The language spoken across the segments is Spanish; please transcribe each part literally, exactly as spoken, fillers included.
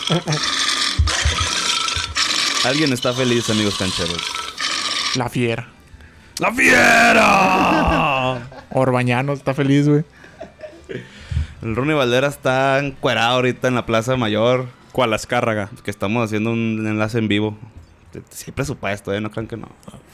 Alguien está feliz, amigos cancheros. La Fiera. ¡La Fiera! Orbañano está feliz, güey. El Ronnie Valdera está encuerado ahorita en la Plaza Mayor. ¿Cuál Azcárraga? Que estamos haciendo un enlace en vivo. Sí, presupuesto, ¿eh? No crean que no.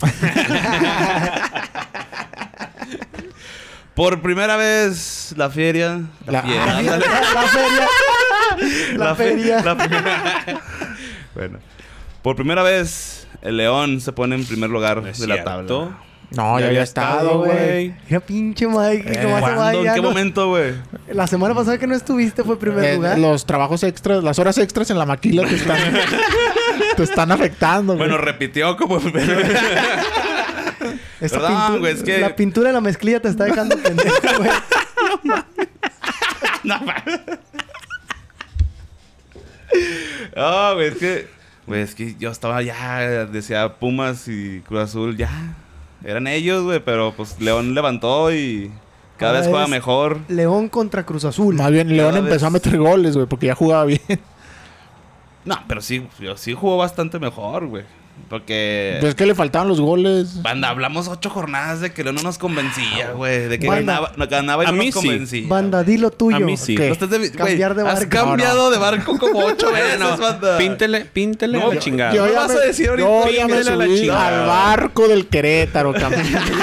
Por primera vez, la feria... La, La- fiera. La, ándale. la feria. La, La fe- feria. la fe- Bueno. Por primera vez, el León se pone en primer lugar ¿No es de la cierto? tabla. No, ya había estado, güey. Mira, pinche Mike. Eh, ¿Cómo se ¿Cuándo? vaya? ¿En qué No, momento, güey? La semana pasada que no estuviste fue primer Eh, lugar. los trabajos extras, las horas extras en la maquila te están, te están afectando, güey. Bueno, repitió como... Esa perdón, pintura- güey, es que- La pintura de la mezclilla te está dejando pendejo, güey. No, ma- No, güey, es que... Güey, es que yo estaba ya... Decía Pumas y Cruz Azul, ya... Eran ellos, güey, pero pues León levantó y... Cada Ahora vez juega es mejor. León contra Cruz Azul. Más bien, León Cada empezó vez- a meter goles, güey, porque ya jugaba bien. No, pero sí, yo sí jugó bastante mejor, güey. Porque... Pues es que le faltaban los goles. Banda, hablamos ocho jornadas de que León no nos convencía, güey. De que Banda. ganaba, no, ganaba y A no mí nos sí. convencía. Banda, di lo tuyo. A mí sí. ¿Qué? No estás de- güey, Cambiar de Has barco. cambiado de barco como ocho veces, Bueno, banda. píntele, píntele No, la yo- chingada. yo- ¿Qué ya vas me- a decir ahorita? Yo ya me Pídele a la subí chingada. al barco del Querétaro, cabrón.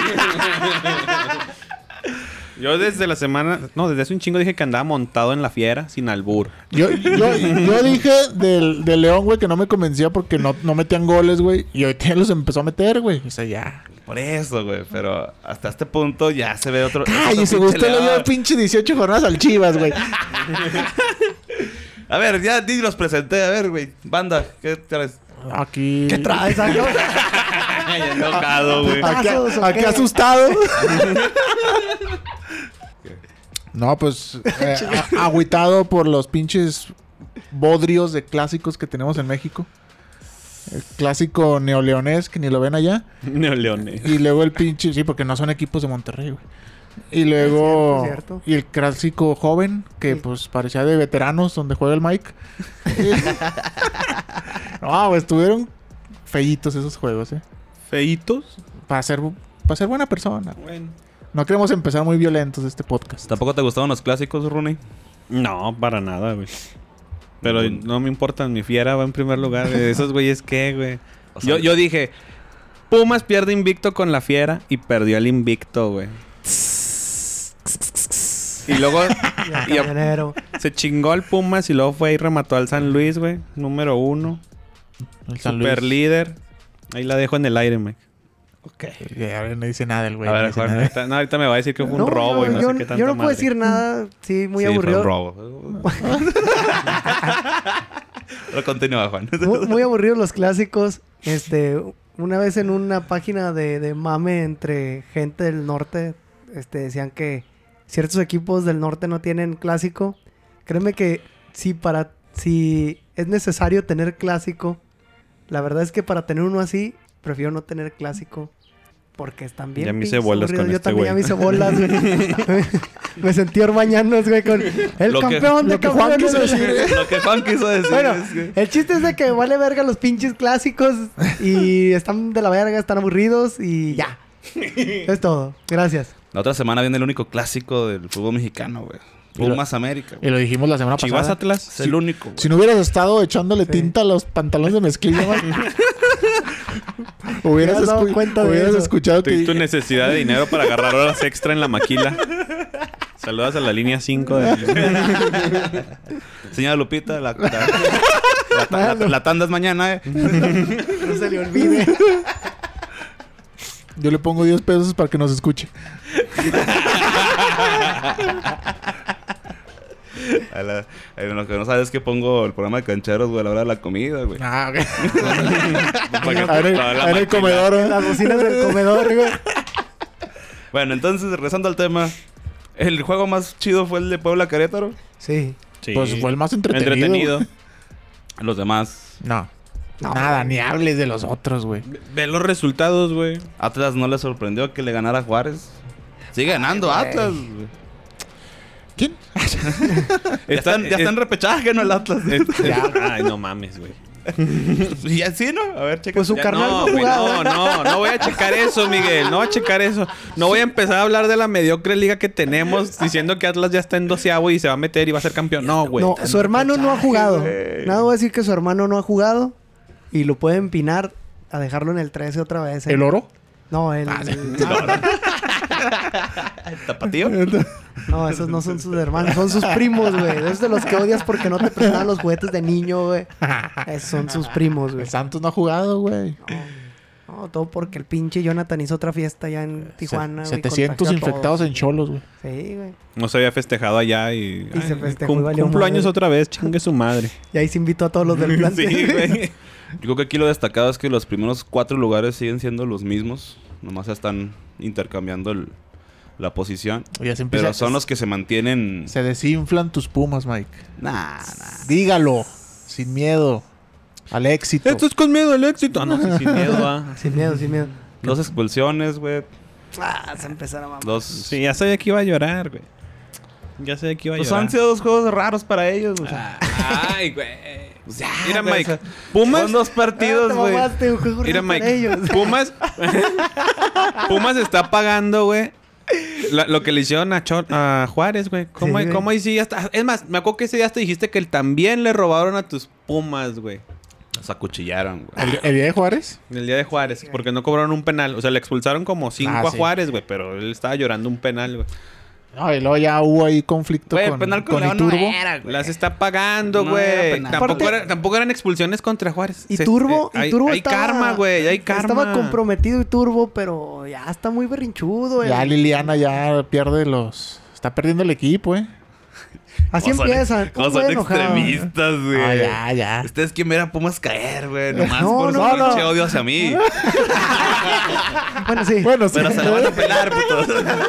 Yo desde la semana... No, desde hace un chingo dije que andaba montado en la fiera sin albur. Yo, yo, yo dije del, del León, güey, que no me convencía porque no, no metían goles, güey. Y ahorita ya los empezó a meter, güey. O sea, ya. Por eso, güey. Pero hasta este punto ya se ve otro... Cállese, otro güey. pinche Usted le dio León. pinche dieciocho jornadas al Chivas, güey. A ver, ya ni los presenté. A ver, güey. Banda, ¿qué traes? Aquí. ¿Qué traes, Sancho? Ya enojado, güey. Aquí, ¿Putazos o aquí qué? asustado. No, pues eh, a- agüitado por los pinches bodrios de clásicos que tenemos en México. El clásico neoleonés, que ni lo ven allá. Neoleones. Y luego el pinche... Sí, porque no son equipos de Monterrey, güey. Y luego... Es cierto, es cierto. Y el clásico joven, que Sí. pues parecía de veteranos, donde juega el Mike. No, güey, estuvieron feitos esos juegos, eh. ¿Feitos? Para ser, para ser buena persona. Bueno. No queremos empezar muy violentos este podcast. ¿Tampoco te gustaban los clásicos, Rooney? No, para nada, güey. Pero no me importa, mi fiera va en primer lugar. güey. Esos güeyes, ¿qué, güey? O sea, Yo, yo dije, Pumas pierde invicto con la fiera y perdió el invicto, güey. Y luego Ya, y a- camionero. se chingó al Pumas y luego fue y remató al San Luis, güey. Número uno. El San Super Luis. líder. Ahí la dejo en el aire, Mike. Ok. Que ahora no dice nada el güey. A no ver, dice Juan, nada. Ahorita, no, ahorita me va a decir que fue un robo y no yo, sé qué tanto yo no puedo decir nada. Sí, muy Sí, fue aburrido. un robo. Pero continúa, Juan. Muy, muy aburridos los clásicos. Este, una vez en una página de, de mame entre gente del norte, este, decían que ciertos equipos del norte no tienen clásico. Créeme que si para si es necesario tener clásico, la verdad es que para tener uno así, prefiero no tener clásico. Porque están bien Ya me hice pinches bolas aburridos. con Yo este también ya me güey. hice bolas, güey. me sentí orbañanos, güey, con el Lo que- campeón de lo que Juan campeones. quiso decir. Lo que Juan quiso decir Bueno, es que... el chiste es de que vale verga los pinches clásicos y están de la verga, están aburridos y ya. Es todo. Gracias. La otra semana viene el único clásico del fútbol mexicano, güey. Y lo- Pumas América. Y güey. lo dijimos la semana Chivas pasada. Atlas. Es el único, güey. Si no hubieras estado echándole Sí. tinta a los pantalones de mezclilla, güey, hubieras, ¿Te has dado escu- cuenta de hubieras eso? escuchado Tu, que... tu necesidad de dinero para agarrar horas extra en la maquila. Saludas a la línea cinco de... Señora Lupita, la, la, la, la- la tanda es mañana, eh. No se le olvide. Yo le pongo diez pesos para que nos escuche. A la- a lo que no sabes es que pongo el programa de cancheros, güey, a la hora de la comida, güey. Ah, ok. Para que- Ahora en- toda la ahora en el maquila. comedor, ¿eh? Las bocinas del comedor, güey. Bueno, entonces, regresando al tema. ¿El juego más chido fue el de Puebla-Querétaro? Sí. Sí. Pues fue el más entretenido. Entretenido. Los demás... No. No, Nada, güey. ni hables de los otros, güey. Ve los resultados, güey. Atlas no le sorprendió que le ganara a Juárez. Sigue ganando Ay, güey. Atlas, güey. ¿Quién? ya, están, ya están repechaje, ¿no? El Atlas. Ay, no mames, güey. Y así, ¿no? A ver, checa. Pues su Ya, carnal no, no güey, jugaba. no, no, no voy a checar eso, Miguel. No voy a checar eso. No voy a empezar a hablar de la mediocre liga que tenemos diciendo que Atlas ya está en doceavo y se va a meter y va a ser campeón. No, güey. No, su hermano no ha jugado. güey. Nada, voy a decir que su hermano no ha jugado y lo puede empinar a dejarlo en el trece otra vez. ¿eh? ¿El oro? No, el... el- ¿Tapatío? No, esos no son sus hermanos, son sus primos, güey. Esos de los que odias porque no te prestaban los juguetes de niño, güey. Esos son sus primos, güey. El Santos no ha jugado, güey. No, no, todo porque el pinche Jonathan hizo otra fiesta allá en Tijuana. Se- güey, setecientos contagió a infectados todos. en Cholos, güey. Sí, güey. No se había festejado allá y... Y se Ay, festejó y cum- valió cumplo madre. años otra vez, chingue su madre. Y ahí se invitó a todos los del plan. Sí, güey. Yo creo que aquí lo destacado es que los primeros cuatro lugares siguen siendo los mismos. Nomás se están intercambiando el, la posición. Ya se empieza- Pero son los que se mantienen... Se desinflan tus Pumas, Mike. Nah, nah. Dígalo. Sin miedo. Al éxito. Esto es con miedo al éxito. Ah, no, sí, sin miedo, ah. Sin miedo, sin miedo. Dos expulsiones, güey. Ah, se empezaron a mamar. Dos... Sí, ya sabía que iba a llorar, güey. Ya sabía que iba a Pues llorar. han sido dos juegos raros para ellos, güey. Ay, güey. Pues ya, Mira, güey, Mike. o sea, Pumas... Son dos partidos, Ah, te güey. mamaste, un juego Mira, raro para Mike. ellos. Pumas... Pumas está pagando, güey. la- lo que le hicieron a, Cho- a Juárez, güey. ¿Cómo, Sí, güey. ¿Cómo ahí sí hasta... Es más, me acuerdo que ese día hasta dijiste que también le robaron a tus Pumas, güey. Los acuchillaron, güey. ¿El, el día de Juárez? El día de Juárez. Porque no cobraron un penal. O sea, le expulsaron como cinco Ah, a sí. Juárez, güey. Pero él estaba llorando un penal, güey. No, y luego ya hubo ahí conflicto Güey, con, penal con con León no Iturbo. era, güey. Las está pagando, No era güey. penal. tampoco, Aparte- era- tampoco eran expulsiones contra Juárez. Y Se- Turbo, eh, hay, y Turbo hay estaba- karma, güey. Hay karma. Estaba comprometido y Turbo, pero ya está muy berrinchudo. Ya el- Liliana ya pierde los... Está perdiendo el equipo, ¿eh? Así ¿Cómo son- empiezan. ¿Cómo ¿Cómo son puede enojar? extremistas, güey? Ah, ya, ya. Ustedes quieren ver a Pumas caer, güey. Nomás No, por no, su no. pinche odio hacia mí. Bueno, sí. Bueno, sí. Pero se la van a pelar, putos.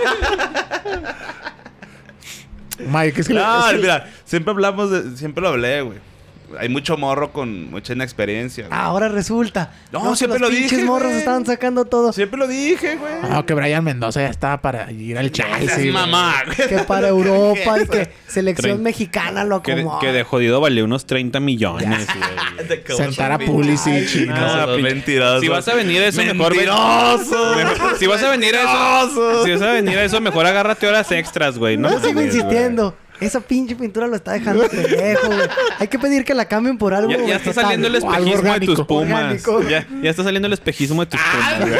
Mike, es que... No, es que- mira, siempre hablamos de... Siempre lo hablé, güey. Hay mucho morro con mucha inexperiencia, güey. Ahora resulta. No, que siempre los lo pinches dije, morros güey. estaban sacando todo. Siempre lo dije, güey. No, que Brian Mendoza ya estaba para ir al Chelsea. Seas güey. mamá, güey. Que para Europa y que selección Trein- mexicana lo Que de, acomoda. que de jodido valió unos treinta millones, güey. Te acabo Sentar a de- Pulisic. Ay, No, no, pinche- mentiroso. Si vas a venir a eso, mejor ven- ¡Mentiroso! Mejor- si vas a venir a eso, si vas a venir a eso, mejor agárrate horas extras, güey. No Yo sigo mames, insistiendo. Esa pinche pintura lo está dejando pendejo, güey. Hay que pedir que la cambien por algo. güey. Ya, ya está vegetal. saliendo el O algo espejismo de tus orgánico. Pumas. Orgánico. Ya, ya está saliendo el espejismo de tus Pumas, güey.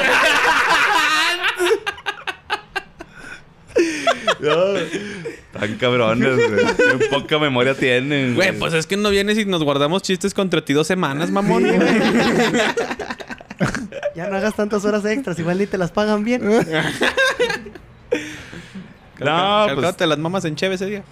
No, tan cabrones, güey. Qué poca memoria tienen. Güey, pues es que no vienes y nos guardamos chistes contra ti dos semanas, mamón. Sí, güey. Ya no hagas tantas horas extras, igual ni te las pagan bien. No, Calcado pues... te las mamas en Cheve ese día.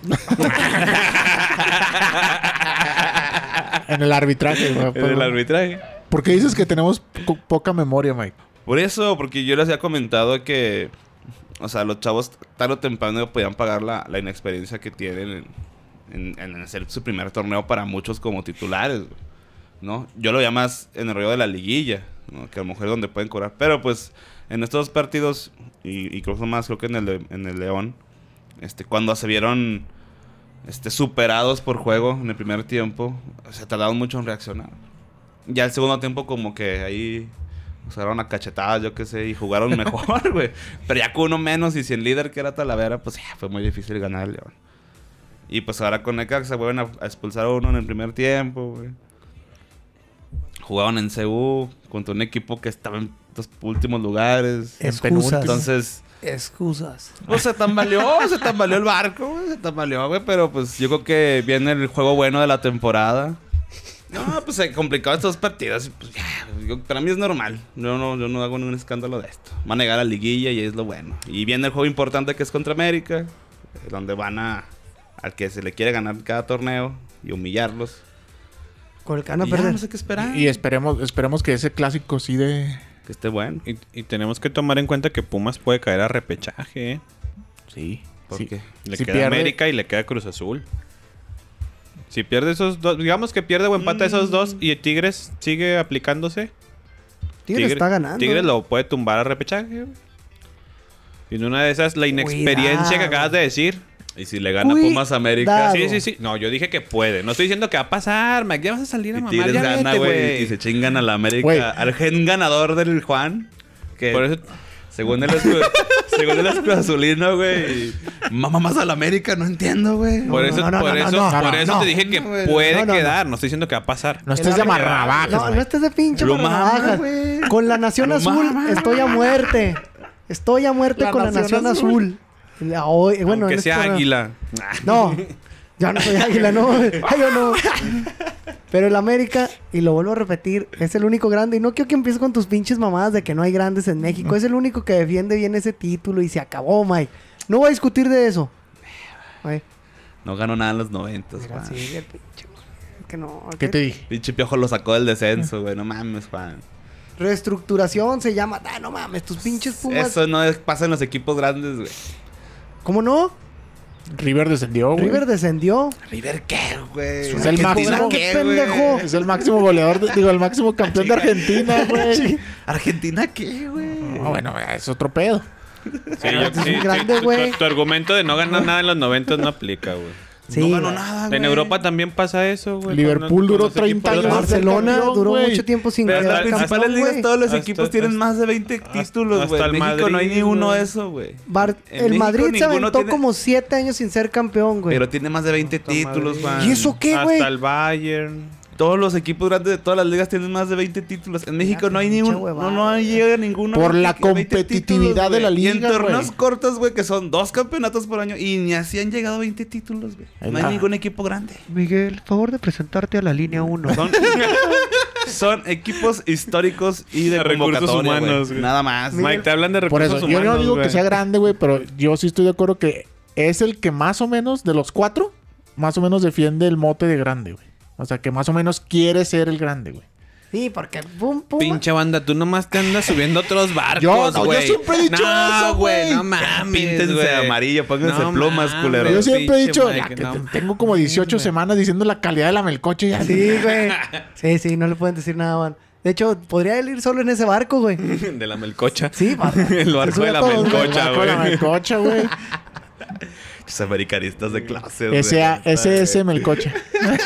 En el arbitraje, güey. En el arbitraje. ¿Por qué dices que tenemos po- poca memoria, Mike? Por eso, porque yo les había comentado que... O sea, los chavos tarde o temprano podían pagar la, la inexperiencia que tienen en, en, en hacer su primer torneo para muchos como titulares, güey, ¿no? Yo lo veía más en el rollo de la liguilla, ¿no? Que a lo mejor es donde pueden cobrar. Pero pues, en estos partidos, y, y creo que más, creo que en el, de- en el León, este, cuando se vieron este, superados por juego en el primer tiempo, se tardaron mucho en reaccionar. Ya el segundo tiempo como que ahí... Se agarraron a cachetadas, yo qué sé, y jugaron mejor, güey. Pero ya con uno menos y sin líder que era Talavera, pues ya fue muy difícil ganar al León. Y pues ahora con Necaxa vuelven a, a expulsar a uno en el primer tiempo, güey. Jugaban en C U contra un equipo que estaba en los últimos lugares. Excusas. Entonces, Excusas. pues se tambaleó, se tambaleó el barco, güey. Se tambaleó, güey. Pero pues yo creo que viene el juego bueno de la temporada. No, pues se complicaron estos partidos. y, Pues ya, yo- para mí es normal. Yo no, yo no hago ningún escándalo de esto. Van a llegar a la liguilla y es lo bueno. Y viene el juego importante que es contra América, eh, donde van a al que se le quiere ganar cada torneo y humillarlos. Con el cano a Y ya, perder. no sé qué esperar. Y esperemos, esperemos que ese clásico sí de... Que esté bueno. Y, y tenemos que tomar en cuenta que Pumas puede caer a repechaje, ¿eh? Sí. ¿Por sí. qué? Le Si queda pierde- América y le queda Cruz Azul. Si pierde esos dos, digamos que pierde o empata esos dos y Tigres sigue aplicándose. Tigres está ganando. Tigres lo puede tumbar a repechaje. güey. Y en una de esas, la inexperiencia Cuidado. que acabas de decir. Y si le gana Cuidado. Pumas América... Sí, sí, sí. No, yo dije que puede. No estoy diciendo que va a pasar, Mike. Ya vas a salir a Y mamar. Tigres Ya gana, vete, güey. Y se chingan a la América. Güey. Al gen ganador del Juan. Que Por eso... según él es Cruz- según él es Cruz Azulino, güey. y Mamá más a la América. No entiendo, güey. Por no, eso, no, no, por no, eso, no, por no, eso no. te dije que No, güey. puede No, no, quedar. No. estoy diciendo que va a pasar. No estés de amarrabajas, No, güey. no estés de pinche Lo navajas. mama, güey. Con la Nación Lo Azul mama. estoy a muerte. Estoy a muerte La con la Nación Nación Azul. La hoy- bueno, Aunque en sea este- águila. No, yo no soy águila, no. Ay, yo no. Pero el América, y lo vuelvo a repetir, es el único grande. Y no quiero que empieces con tus pinches mamadas de que no hay grandes en México. Es el único que defiende bien ese título y se acabó, Mike. No voy a discutir de eso. Ay, No ganó nada en los noventas, mira, Juan. sí, el pinche. Es que no. ¿Qué te dije? Pinche Piojo lo sacó del descenso, güey. No mames, Juan. Reestructuración se llama. Ah, no mames, tus pinches Pumas. Eso no es- pasa en los equipos grandes, güey. ¿Cómo no? River descendió, güey. River descendió. ¿River qué, güey? Es el Argentina, máximo. ¿qué, Pendejo. güey? Es el máximo goleador, de- digo, el máximo campeón de Argentina, güey. ¿Argentina qué, güey? No, bueno, es otro pedo. Sí, yo- es un sí, sí, grande, tu- güey. tu, tu argumento de no ganar nada en los noventas no aplica, güey. Sí, no ganó güey. nada, güey. En Europa también pasa eso, güey. Liverpool con- con duró los equipos treinta años. grandes. Barcelona campeón, duró güey. mucho tiempo sin Pero en Hasta- las quedar principales campeón, ligas güey. todos los Hasta- equipos hasta- tienen más de veinte hasta- títulos, hasta güey. En el México no hay Madrid, ni uno güey. de eso, güey. Bar- En el México Madrid se ninguno aventó tiene- como siete años sin ser campeón, güey. Pero tiene más de veinte Hasta títulos, Madrid. Juan. ¿Y eso qué, güey? Hasta el Bayern. Todos los equipos grandes de todas las ligas tienen más de veinte títulos. En México no hay ni pinche un... huevada. No, no llega ninguno. Por güey, la que- veinte competitividad de la güey. Y en liga, torneos güey. cortos, güey, que son dos campeonatos por año. Y ni así han llegado veinte títulos, güey. No hay Ah. ningún equipo grande. Miguel, favor de presentarte a la línea uno. Son, son equipos históricos y de De recursos convocatoria, güey. humanos, güey. Nada más. Mike, te hablan de Por recursos eso, humanos, yo no digo güey. que sea grande, güey, pero yo sí estoy de acuerdo que es el que más o menos, de los cuatro, más o menos defiende el mote de grande, güey. O sea, que más o menos quiere ser el grande, güey. Sí, porque pum, pum. Pinche banda, tú nomás te andas subiendo otros barcos, Yo- no, yo güey. siempre he dicho no, eso, güey. No mames, Píntense güey. de amarillo, pónganse No plumas, mames, culeros. Yo siempre he pinche dicho, Mike, ya que no te- mames, tengo como dieciocho güey. semanas diciendo la calidad de la melcoche ya. Sí, güey. Sí, sí, no le pueden decir nada, man. De hecho, podría él ir solo en ese barco, güey. De la melcocha. Sí, va. El barco de la Se sube a todos, güey. melcocha, Con la güey. melcocha, güey. Los americanistas de clase, güey. S A S S melcocha.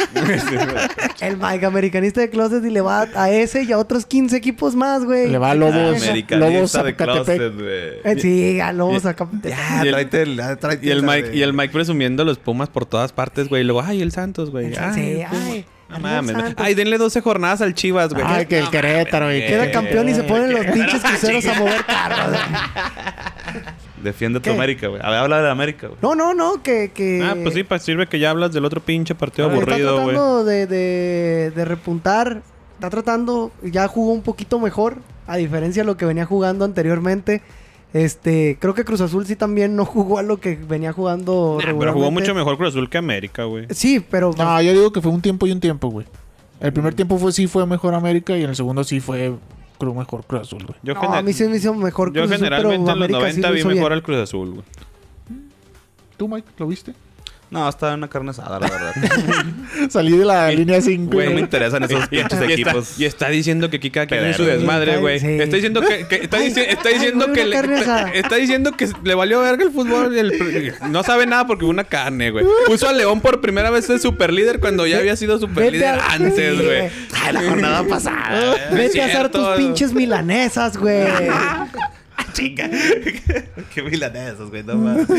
El Mike americanista de closet y le va a ese y a otros quince equipos más, güey. Le va a Ah, Lobos. Lobos Americanista de Zacatepec. closet, güey. Eh, sí, a Lobos acá. Ya, Y el- tráete el... ya, tráete Y el la Mike, de- y el Mike presumiendo los Pumas por todas partes, güey. Y luego, ay, el Santos, güey. Sí, Ay, ay. Pumas. No mames. Santos. Ay, denle doce jornadas al Chivas, güey. Ay, que el Querétaro, güey. Queda campeón y se ponen los pinches cruceros a mover carros. güey. Defiende a tu ¿Qué? América, güey. A ver, habla de la América, güey. No, no, no, que... que... Ah, pues sí, pues sirve que ya hablas del otro pinche partido Está aburrido, güey. tratando de, de, de repuntar. Está tratando... Ya jugó un poquito mejor. A diferencia de lo que venía jugando anteriormente. Este... Creo que Cruz Azul sí también no jugó a lo que venía jugando Nah, pero jugó regularmente. mucho mejor Cruz Azul que América, güey. Sí, pero... No, yo digo que fue un tiempo y un tiempo, güey. El primer tiempo fue sí fue mejor América y en el segundo sí fue creo mejor Cruz Azul, güey. Yo, no, gener- a mí se me hizo mejor yo Cruz Azul, pero generalmente en los América sí noventa lo vi hizo mejor bien. al Cruz Azul, güey. ¿Tú, Mike, lo viste? No, estaba en una carne asada, la verdad. Salí de la línea cinco. Güey, no me interesan esos Y, pinches y equipos. está, y está diciendo que aquí cada quien tiene su Pederos. desmadre, Sí, güey. sí. Está diciendo que, que- está, dici- está Ay, diciendo güey, que una le, carne asada. está diciendo que le valió verga el fútbol. y el- no sabe nada porque hubo una carne, güey. Puso a León por primera vez de super líder cuando ya había sido super Vete líder a- antes, sí, güey. güey. Ay, la jornada pasada. Vete a hacer Cierto. tus pinches milanesas, güey. Chinga. Qué milanesos, güey. No más.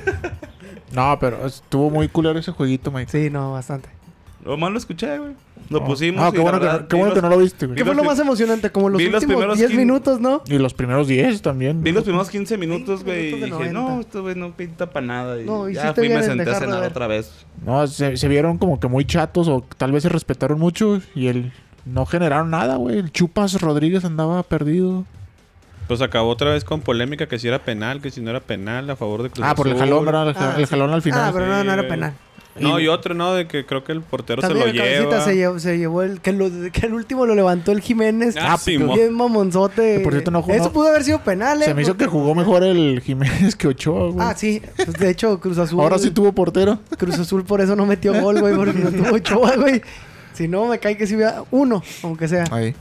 No, pero estuvo muy culero ese jueguito, Mike. Sí, no, bastante. Lo más lo escuché, güey. Lo pusimos. Ah, y qué la bueno, verdad, que, qué vi bueno los- que no lo viste, güey. ¿Qué Vi fue los lo más prim- emocionante? Como los vi los últimos primeros diez quin- minutos, ¿no? Y los primeros diez también. Vi los primeros quince minutos, güey. Y minutos de dije, noventa. no, esto, güey, no pinta para nada. Y No, ya hiciste fui y bien me en senté a dejar de cenar ver. otra vez. No, se, se vieron como que muy chatos o tal vez se respetaron mucho y el no generaron nada, güey. El Chupas Rodríguez andaba perdido. Pues acabó otra vez con polémica que si era penal, que si no era penal a favor de Cruz Ah, por el Azul. jalón, ¿verdad? El, ja- Ah, el sí. jalón al final. Ah, pero no, no era Sí, penal. No, y otro, ¿no? De que creo que el portero También se el lo cabecita lleva. se llevó, se llevó el que, lo- que el último lo levantó el Jiménez. Ah, sí, mo. Bien mamonzote. Que por cierto no jugó- Eso pudo haber sido penal, ¿eh? Se me hizo que jugó mejor el Jiménez que Ochoa, güey. Ah, sí. Pues, de hecho, Cruz Azul. Ahora sí tuvo portero. Cruz Azul por eso no metió gol, güey, porque no tuvo Ochoa, güey. Si no, me cae que si hubiera uno, aunque sea. Ahí.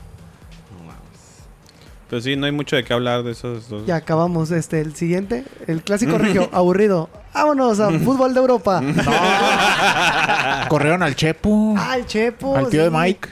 Pues sí, no hay mucho de qué hablar de esos dos. Ya acabamos. Este, el siguiente, el clásico regio, aburrido. Vámonos a fútbol de Europa. Corrieron al Chepo. Ah, el Chepo. Al tío sí. de Mike.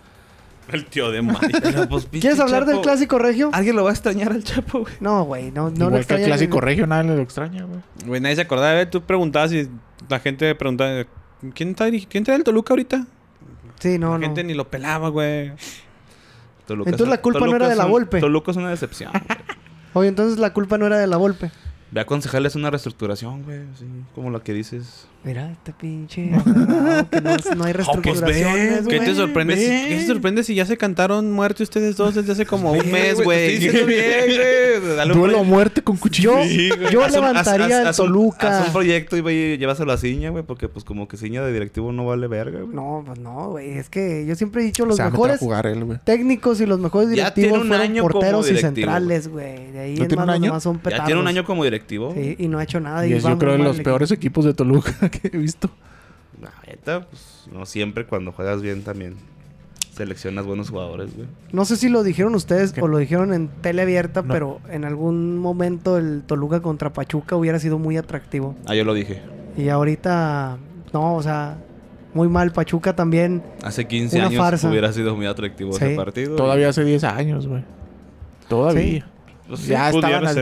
El tío de Mike. Pero, pues, pinche ¿Quieres hablar Chapo, del clásico regio? ¿Alguien lo va a extrañar al Chapo, güey? No, güey, no, no lo Igual que el extraña clásico ni- regional lo extraña, güey. Güey, nadie se acordaba. A ver, tú preguntabas y la gente preguntaba... ¿Quién está, diri- ¿quién trae el Toluca ahorita? Sí, no, la no. gente ni lo pelaba, güey. Toluca Entonces es- la culpa no Toluca era de es la un- Volpe. Toluca es una decepción, güey. Oye, entonces la culpa no era de la Volpe. Ve a aconsejarles una reestructuración, güey. Así como la que dices. Mira, este pinche... agarrado, que no, no hay Oh, pues ve, reestructuraciones, ¿Qué güey. te sorprende? si- ven. ¿Qué te sorprende si ya se cantaron muerte ustedes dos desde hace como un mes, güey? Te estoy diciendo bien, güey. Dale un Duelo o proye- muerte con cuchillo. Yo, yo Haz un- levantaría haz- haz- el haz un- Toluca. Haz un proyecto y ve y llévaselo a Ciña, güey. Porque, pues, como que Ciña de directivo no vale verga, güey. No, pues no, güey. Es que yo siempre he dicho los Se va a meter a mejores jugar él, güey. técnicos y los mejores Ya directivos tiene un fueron año como porteros y directivo, centrales, güey. De ahí ¿Ya en tiene más un los año? demás son Ya petardos. tiene un año como directivo. Sí, y no ha hecho nada. Y es va yo creo muy de mal los el peores equipos de Toluca que he visto. La neta, pues, no siempre cuando juegas bien también seleccionas buenos jugadores, güey. equipo. No sé si lo dijeron ustedes ¿Qué? o lo dijeron en tele abierta, No. pero en algún momento el Toluca contra Pachuca hubiera sido muy atractivo. Ah, yo lo dije. Y ahorita, no, o sea, muy mal. Pachuca también. Hace quince Una años farsa. hubiera sido muy atractivo Sí. ese partido. Todavía hace diez años, güey. Todavía. Pues, sí, Ya pudiera estaban al- ser.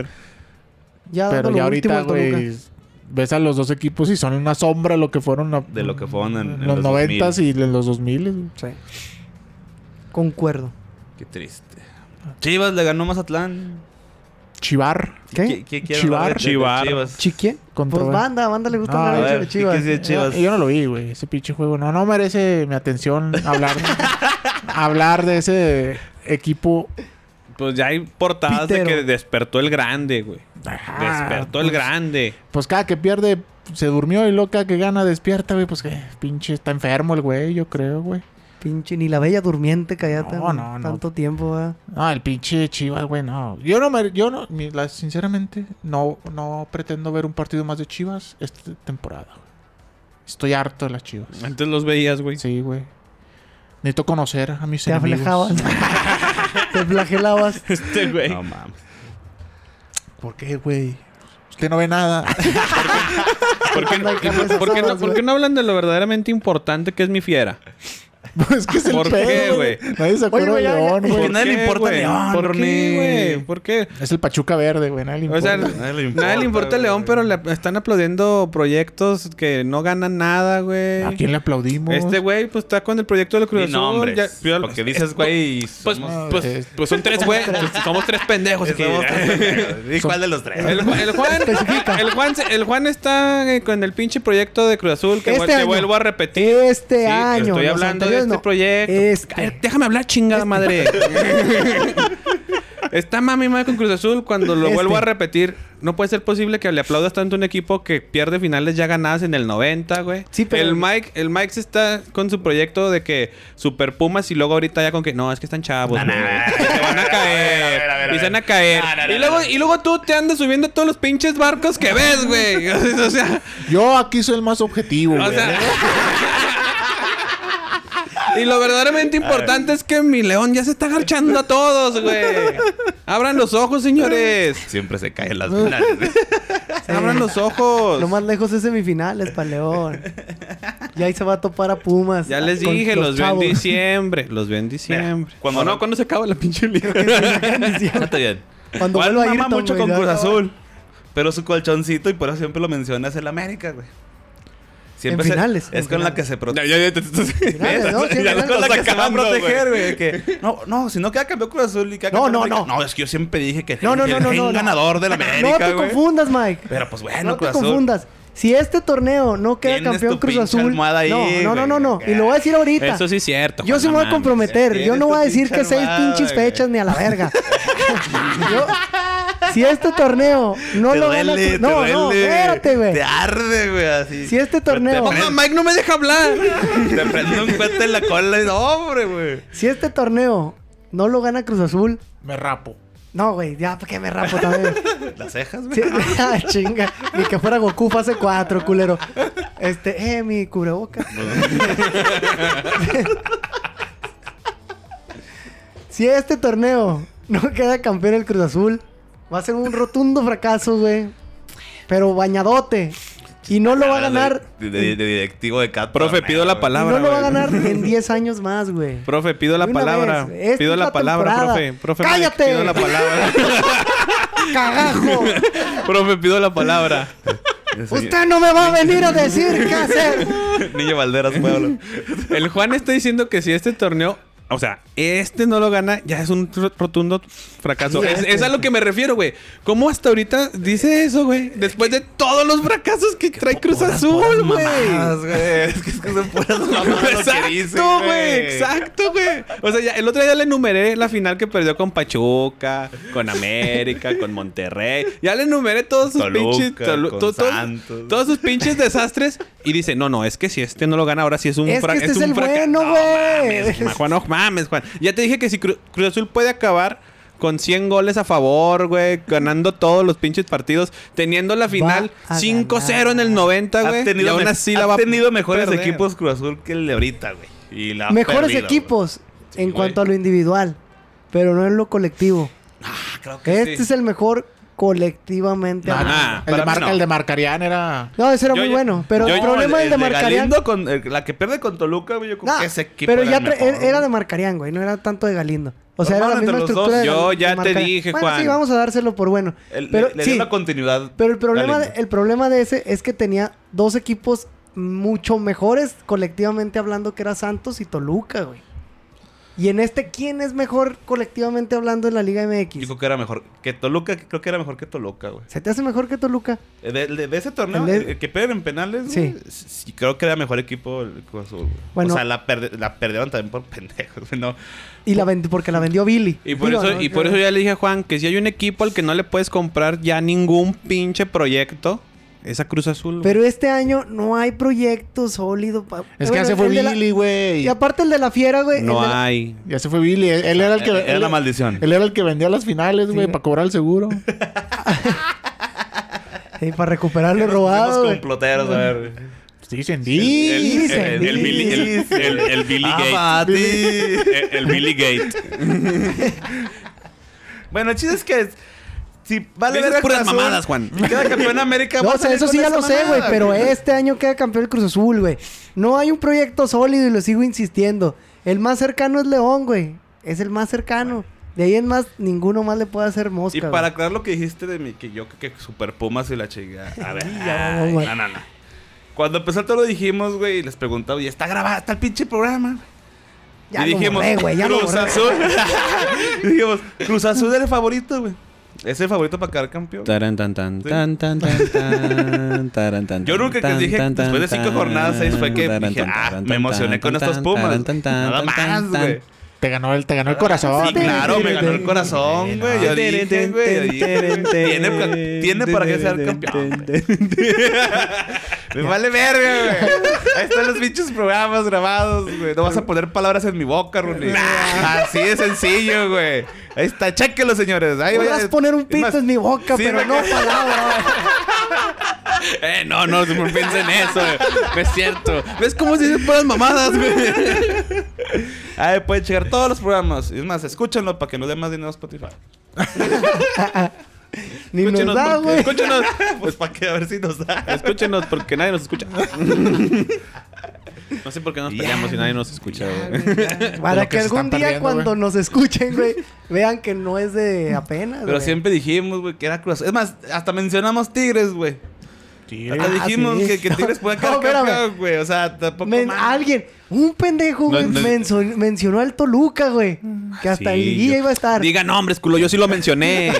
Ya Pero dando ya lo último ahorita, al Toluca. güey, ves a los dos equipos y son una sombra de lo que fueron a- De lo que fueron en- en los los noventas y en los dos mil. Sí. Concuerdo. Qué triste. Chivas le ganó Mazatlán. Chivar. ¿Qué? ¿Qui- qui- quieren Chivar. hablar de- de Chivar. Chivas? ¿Chiquién? Contra- Pues banda, banda le gusta No, hablar a mucho ver, de ¿qué- Chivas. qué dice Chivas? Yo, yo no lo vi, güey. Ese pinche juego. No, no merece mi atención hablar, hablar de ese equipo. Pues ya hay portadas Pitero. de que despertó el grande, güey. Ah, Despertó el pues, grande. Pues cada que pierde, se durmió y loca que gana, despierta, güey. Pues que pinche está enfermo el güey, yo creo, güey. Pinche, ni la bella durmiente cállate. No, no, no. Tanto tiempo, ¿verdad? No, el pinche Chivas, güey, no. Yo no me, yo no, mi- la- sinceramente, no, no pretendo ver un partido más de Chivas esta temporada, güey. Estoy harto de las Chivas. Antes los veías, güey. Sí, güey. Necesito conocer a mis Te enemigos. aflejabas. Te flagelabas. Este, güey. No mames. ¿Por qué, güey? Usted no ve nada. ¿Por qué, Cuando hay y carnes por- por qué no, asadas, por qué güey. no hablan de lo verdaderamente importante que es mi fiera? Pues que es el ¿Por pedo, qué, güey? Nadie se acuerda Oye, de güey, ya- León, ya- güey. Porque nadie le importa güey? León, ¿Por Ronnie. qué, güey? ¿Por qué? Es el Pachuca verde, güey. Nadie le O importa. sea, Nadie le importa, nadie le importa el León, güey. pero le están aplaudiendo proyectos que no ganan nada, güey. ¿A quién le aplaudimos? Este güey, pues está con el proyecto de la Cruz Di Azul. nombres. Ya- ya- Porque dices, güey, y Pues, somos- pues, es- pues son tres güey. Somos tres pendejos aquí. somos tres pendejos. ¿Y cuál de los tres? El, Ju- el Juan, el Juan, se- el Juan está eh, con el pinche proyecto de Cruz Azul que, Este vuel- que año. vuelvo a repetir. Este Sí, año. Estoy los hablando de anteriores este no. proyecto. Este. Cállate, déjame hablar, chingada madre. Está mami madre con Cruz Azul cuando lo Este. vuelvo a repetir. No puede ser posible que le aplaudas tanto a un equipo que pierde finales ya ganadas en el noventa, güey. Sí, pero- El Mike, el Mike se está con su proyecto de que Super Pumas y luego ahorita ya con que no, es que están chavos. No, no, güey. no, no. Y se van a A ver, a caer. ver, a Y se van a ver. caer. No, no, no, y, luego, no. y luego tú te andas subiendo a todos los pinches barcos que ves, güey. O sea, Yo aquí soy el más objetivo, o güey. sea. Y lo verdaderamente importante es que mi León ya se está agarchando a todos, güey. Abran los ojos, señores. Siempre se caen las finales. Abran los ojos. Lo más lejos es semifinales para León. Y ahí se va a topar a Pumas. Ya les con dije, los, veo en chavos. diciembre. Los veo en diciembre. cuando ¿O no? no- ¿Cuándo se acaba la pinche liga? Está bien. Cuando Juan vuelva a mama Ayrton, mucho güey, con ya Cruz acaba. Azul. Pero su colchoncito, y por eso siempre lo mencionas, es el América, güey. Siempre En se- finales, Es en con la finales. que se protege. Ya, ya, ya, te- te- te- Finales, ¿no? Sí, Ya finales. es con la que se va a sacando, proteger, güey. Que, no, no, si no queda campeón Cruz Azul y queda No, campeón no, América. no. No, es que yo siempre dije que No, no, que no, el no, gen no, no. ganador de la No América, te güey. confundas, Mike. Pero pues bueno, No te Cruz Azul. confundas. Si este torneo no queda Tienes campeón tu Cruz pinche Azul. almohada ahí, no, no, no, no, no. güey. Y lo voy a decir ahorita. Eso sí es cierto. Yo Juan, sí me no voy a mames. comprometer. Yo Tienes no tu voy a decir pinche que seis almohada, pinches güey. fechas ni a la verga. Yo- si este torneo no Te lo gana duele, Cruz- te No, no, duele. espérate, güey. Te arde, güey, así. Si este torneo- Te, Mamá, Mike no me deja hablar. prende- te prende un cuete en la cola y no, hombre, güey. Si este torneo no lo gana Cruz Azul. Me rapo. No, güey, ya, ¿para qué me rapo también? Las cejas, güey. Sí, ah, chinga. Ni que fuera Goku fase cuatro, culero. Este, eh, mi cubreboca. Si este torneo no queda campeón el Cruz Azul, va a ser un rotundo fracaso, güey. Pero bañadote. Y no lo va a ganar. De, de- de directivo de cada Profe, torneo, pido la güey. Y palabra. no lo va a güey. ganar en diez años más, güey. Profe, pido la De una palabra. vez. Esta Pido es la, la palabra, temporada. profe. Profe, ¡Cállate! Pido la palabra. ¡Cagajo! Profe, pido la palabra. Usted no me va a venir a decir qué hacer. Niño Valderas, pueblo. El Juan está diciendo que si este torneo, o sea, este no lo gana, ya es un ro- rotundo fracaso. Sí, es, este. es a lo que me refiero, güey. ¿Cómo hasta ahorita dice eso, güey? Después de todos los fracasos que trae Cruz Azul, güey. Mamadas, güey. Es que, es que son puras mamadas lo que dice, Exacto, güey. Exacto, güey. O sea, ya, el otro día le enumeré la final que perdió con Pachuca, con América, con Monterrey. Ya le enumeré todos sus Toluca, pinches... Tolu- con to- to- Santos. Todos sus pinches desastres. Y dice, no, no, es que si este no lo gana, ahora sí es un Es que fracaso. este es el bueno, No güey. mames, Juan, no mames, Juan. Ya te dije que si Cru- Cruz Azul puede acabar con cien goles a favor, güey, ganando todos los pinches partidos, teniendo la final a cinco cero en el noventa, Ha güey. Y tenido, aún me- así ha la va a tenido mejores perder. equipos Cruz Azul que el de ahorita, güey. Y la ha Mejores perdido, equipos Sí, en güey. cuanto a lo individual, pero no en lo colectivo. güey. Creo que Este sí. es el mejor colectivamente. No, hablando. nah, el, de para mí Mar- no. el de Marcarián era... No, ese era Yo muy ya- bueno. Pero yo- el no, problema el del de Marcarián. Galindo con, el- la que pierde con Toluca, güey, yo creo Nah, que ese equipo pero era ya el tra- mejor, era, era güey. de Marcarián, güey. No era tanto de Galindo. O sea, No, era la entre misma los estructura dos. de Yo Gal- ya de te Marcarián. dije, Bueno, Juan. sí, vamos a dárselo por bueno. El- pero le, le sí, dio una continuidad. pero el problema, de, Galindo. el problema de ese es que tenía dos equipos mucho mejores colectivamente hablando, que era Santos y Toluca, güey. Y en este, ¿quién es mejor colectivamente hablando en la Liga M Yo X? creo que era mejor que Toluca, que creo que era mejor que Toluca, güey. ¿Se te hace mejor que Toluca? De, de- de ese torneo, El de- el, el que pierden en penales, Sí. güey, sí, creo que era mejor equipo el Cruz Azul, güey. Bueno. O sea, la, perde- la perdieron también por pendejos, güey, no. Y la vendi- porque la vendió Billy. Y por, Digo, eso, ¿no? y por eso ya le dije a Juan que si hay un equipo al que no le puedes comprar ya ningún pinche proyecto, es a Cruz Azul. güey. Pero este año no hay proyecto sólido. pa- Es que Bueno, ya se fue el de la- Billy, güey. Y aparte el de la fiera, güey. no el de la- hay. Ya se fue Billy. Él, él era el que... Era él- la maldición. Él era el que vendía las finales, güey, Sí. para cobrar el seguro. Sí, para recuperar lo Somos robado, güey. comploteros, a ver. Dicen, El, di. Dicen, el- el Billy, el, dicen. el- el Billy Ah, Gate. Mati. El, el Billy Gate. Bueno, el chiste es que si vale Dices verga puras Cruz Azul, mamadas, Juan. y queda campeón América. No, va a o sea, salir eso con sí ya esa lo sé, güey. mamada, Pero este año queda campeón el Cruz Azul, güey. No hay un proyecto sólido y lo sigo insistiendo. El más cercano es León, güey. Es el más cercano. De ahí en más, ninguno más le puede hacer mosca. Y güey. para aclarar lo que dijiste de mí, que yo que, que Super Pumas y la chica. A ver, Ya, ay, güey. no, no, no. Cuando empezó todo lo dijimos, güey, y les preguntaba, y está grabado, está el pinche programa. Ya y lo dijimos, borré, güey, ya lo Cruz borré. Azul. y dijimos, Cruz Azul es el favorito, güey. Es el favorito para quedar campeón. Taran, tan, tan, Sí. tan, tan, tan, tan, taran, tan, Yo nunca que tan, dije, tan, después de tan, cinco jornadas, seis, fue que taran, dije, tan, ah, taran, me tan, emocioné con tan, estos tan, Pumas. taran, tan, tan, Nada tan, más, tan, güey. Te ganó el, te ganó el corazón. Sí, claro, me ganó el corazón, güey. Yo dije, güey, yo dije, güey, tiene, pa- tiene para que ser campeón. Me vale verga, güey. Ahí están los pinches programas grabados, güey. No vas a poner palabras en mi boca, Rooney. Así de sencillo, güey. Ahí está, chéquenlo, señores. Ahí Podrás vaya- poner un Es pito más, en mi boca, sí, pero me- no palabras. Eh, no, no, no piensen en eso, güey. No es cierto. ¿Ves cómo se dicen puras mamadas, güey? Ahí pueden checar todos los programas. Y es más, escúchenlo para que nos dé más dinero a Spotify. Ni nos Escúchenos, da, porque- güey. escúchenos. Pues para que a ver si nos da. Escúchenos porque nadie nos escucha. No sé por qué nos Ya, peleamos si nadie nos escucha, güey. Para lo que, que se algún están día perdiendo, cuando güey. nos escuchen, güey, vean que no es de apenas, Pero güey. siempre dijimos, güey, que era Cruz Azul. Es más, hasta mencionamos Tigres, güey. Hasta Ah, dijimos sí. que, que Tigres puede No, quedar espérame. campeón, güey. O sea, tampoco Men- más. alguien, un pendejo, güey, No, no. menso- mencionó al Toluca, güey. Que hasta Sí, el liguilla yo- iba a estar. Diga nombres, culo, yo sí lo mencioné.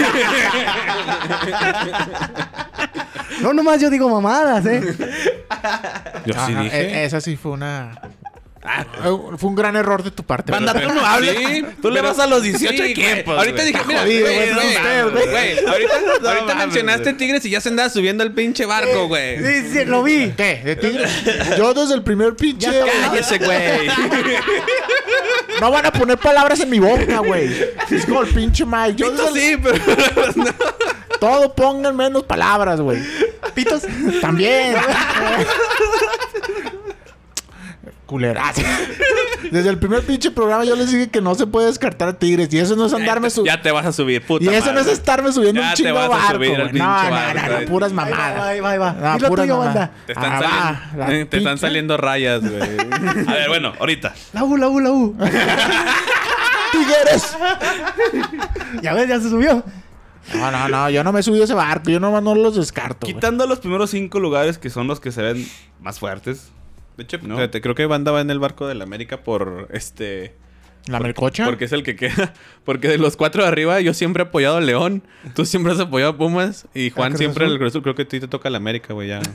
No, nomás yo digo mamadas, ¿eh? Yo sí Ajá, dije. e- esa sí fue una... Eh, fue un gran error de tu parte. Banda, pero- tú no hables. Sí, Tú le pero- vas a los dieciocho Sí, güey. equipos. Ahorita güey. dije, Está mira, jodido, güey, güey, no güey, usted, güey, güey, ahorita, No ahorita mames, mencionaste güey. Tigres y ya se andaba subiendo al pinche barco, güey. Sí, sí, lo vi. ¿Qué? ¿De Tigres? Yo desde el primer pinche... Ya está. Cállese, güey. No van a poner palabras en mi boca, güey. Es como el pinche Mike. Yo Pito desde el- sí, pero... Todo pongan menos palabras, güey. Pitos. También. Culeras. Desde el primer pinche programa yo les dije que no se puede descartar a Tigres. Y eso no es andarme subiendo. Ya te vas a subir, puta Y eso madre. no es estarme subiendo Ya un te chingo vas a barco, subir al güey. pinche No, no, barco, no, no, güey. puras Ahí va, mamadas. ahí va, ahí va. No, Y lo puras tuyo, mamadas. banda. Te están, Ah, saliendo, va, la eh, te están pinche- saliendo rayas, güey. A ver, bueno, ahorita. La U, la U, la U. ¡Tigres! Ya ves, ya se subió. No, no, no. Yo no me subí a ese barco. Yo nomás no los descarto, güey. Quitando los primeros cinco lugares que son los que se ven más fuertes. De hecho, ¿No? fíjate, creo que Banda va en el barco del América por este... ¿La melcocha? Porque es el que queda. Porque de los cuatro de arriba, yo siempre he apoyado a León. Tú siempre has apoyado a Pumas. Y Juan Cruz siempre Azul. el Cruz Azul. Creo que a ti te toca el América, güey, ya.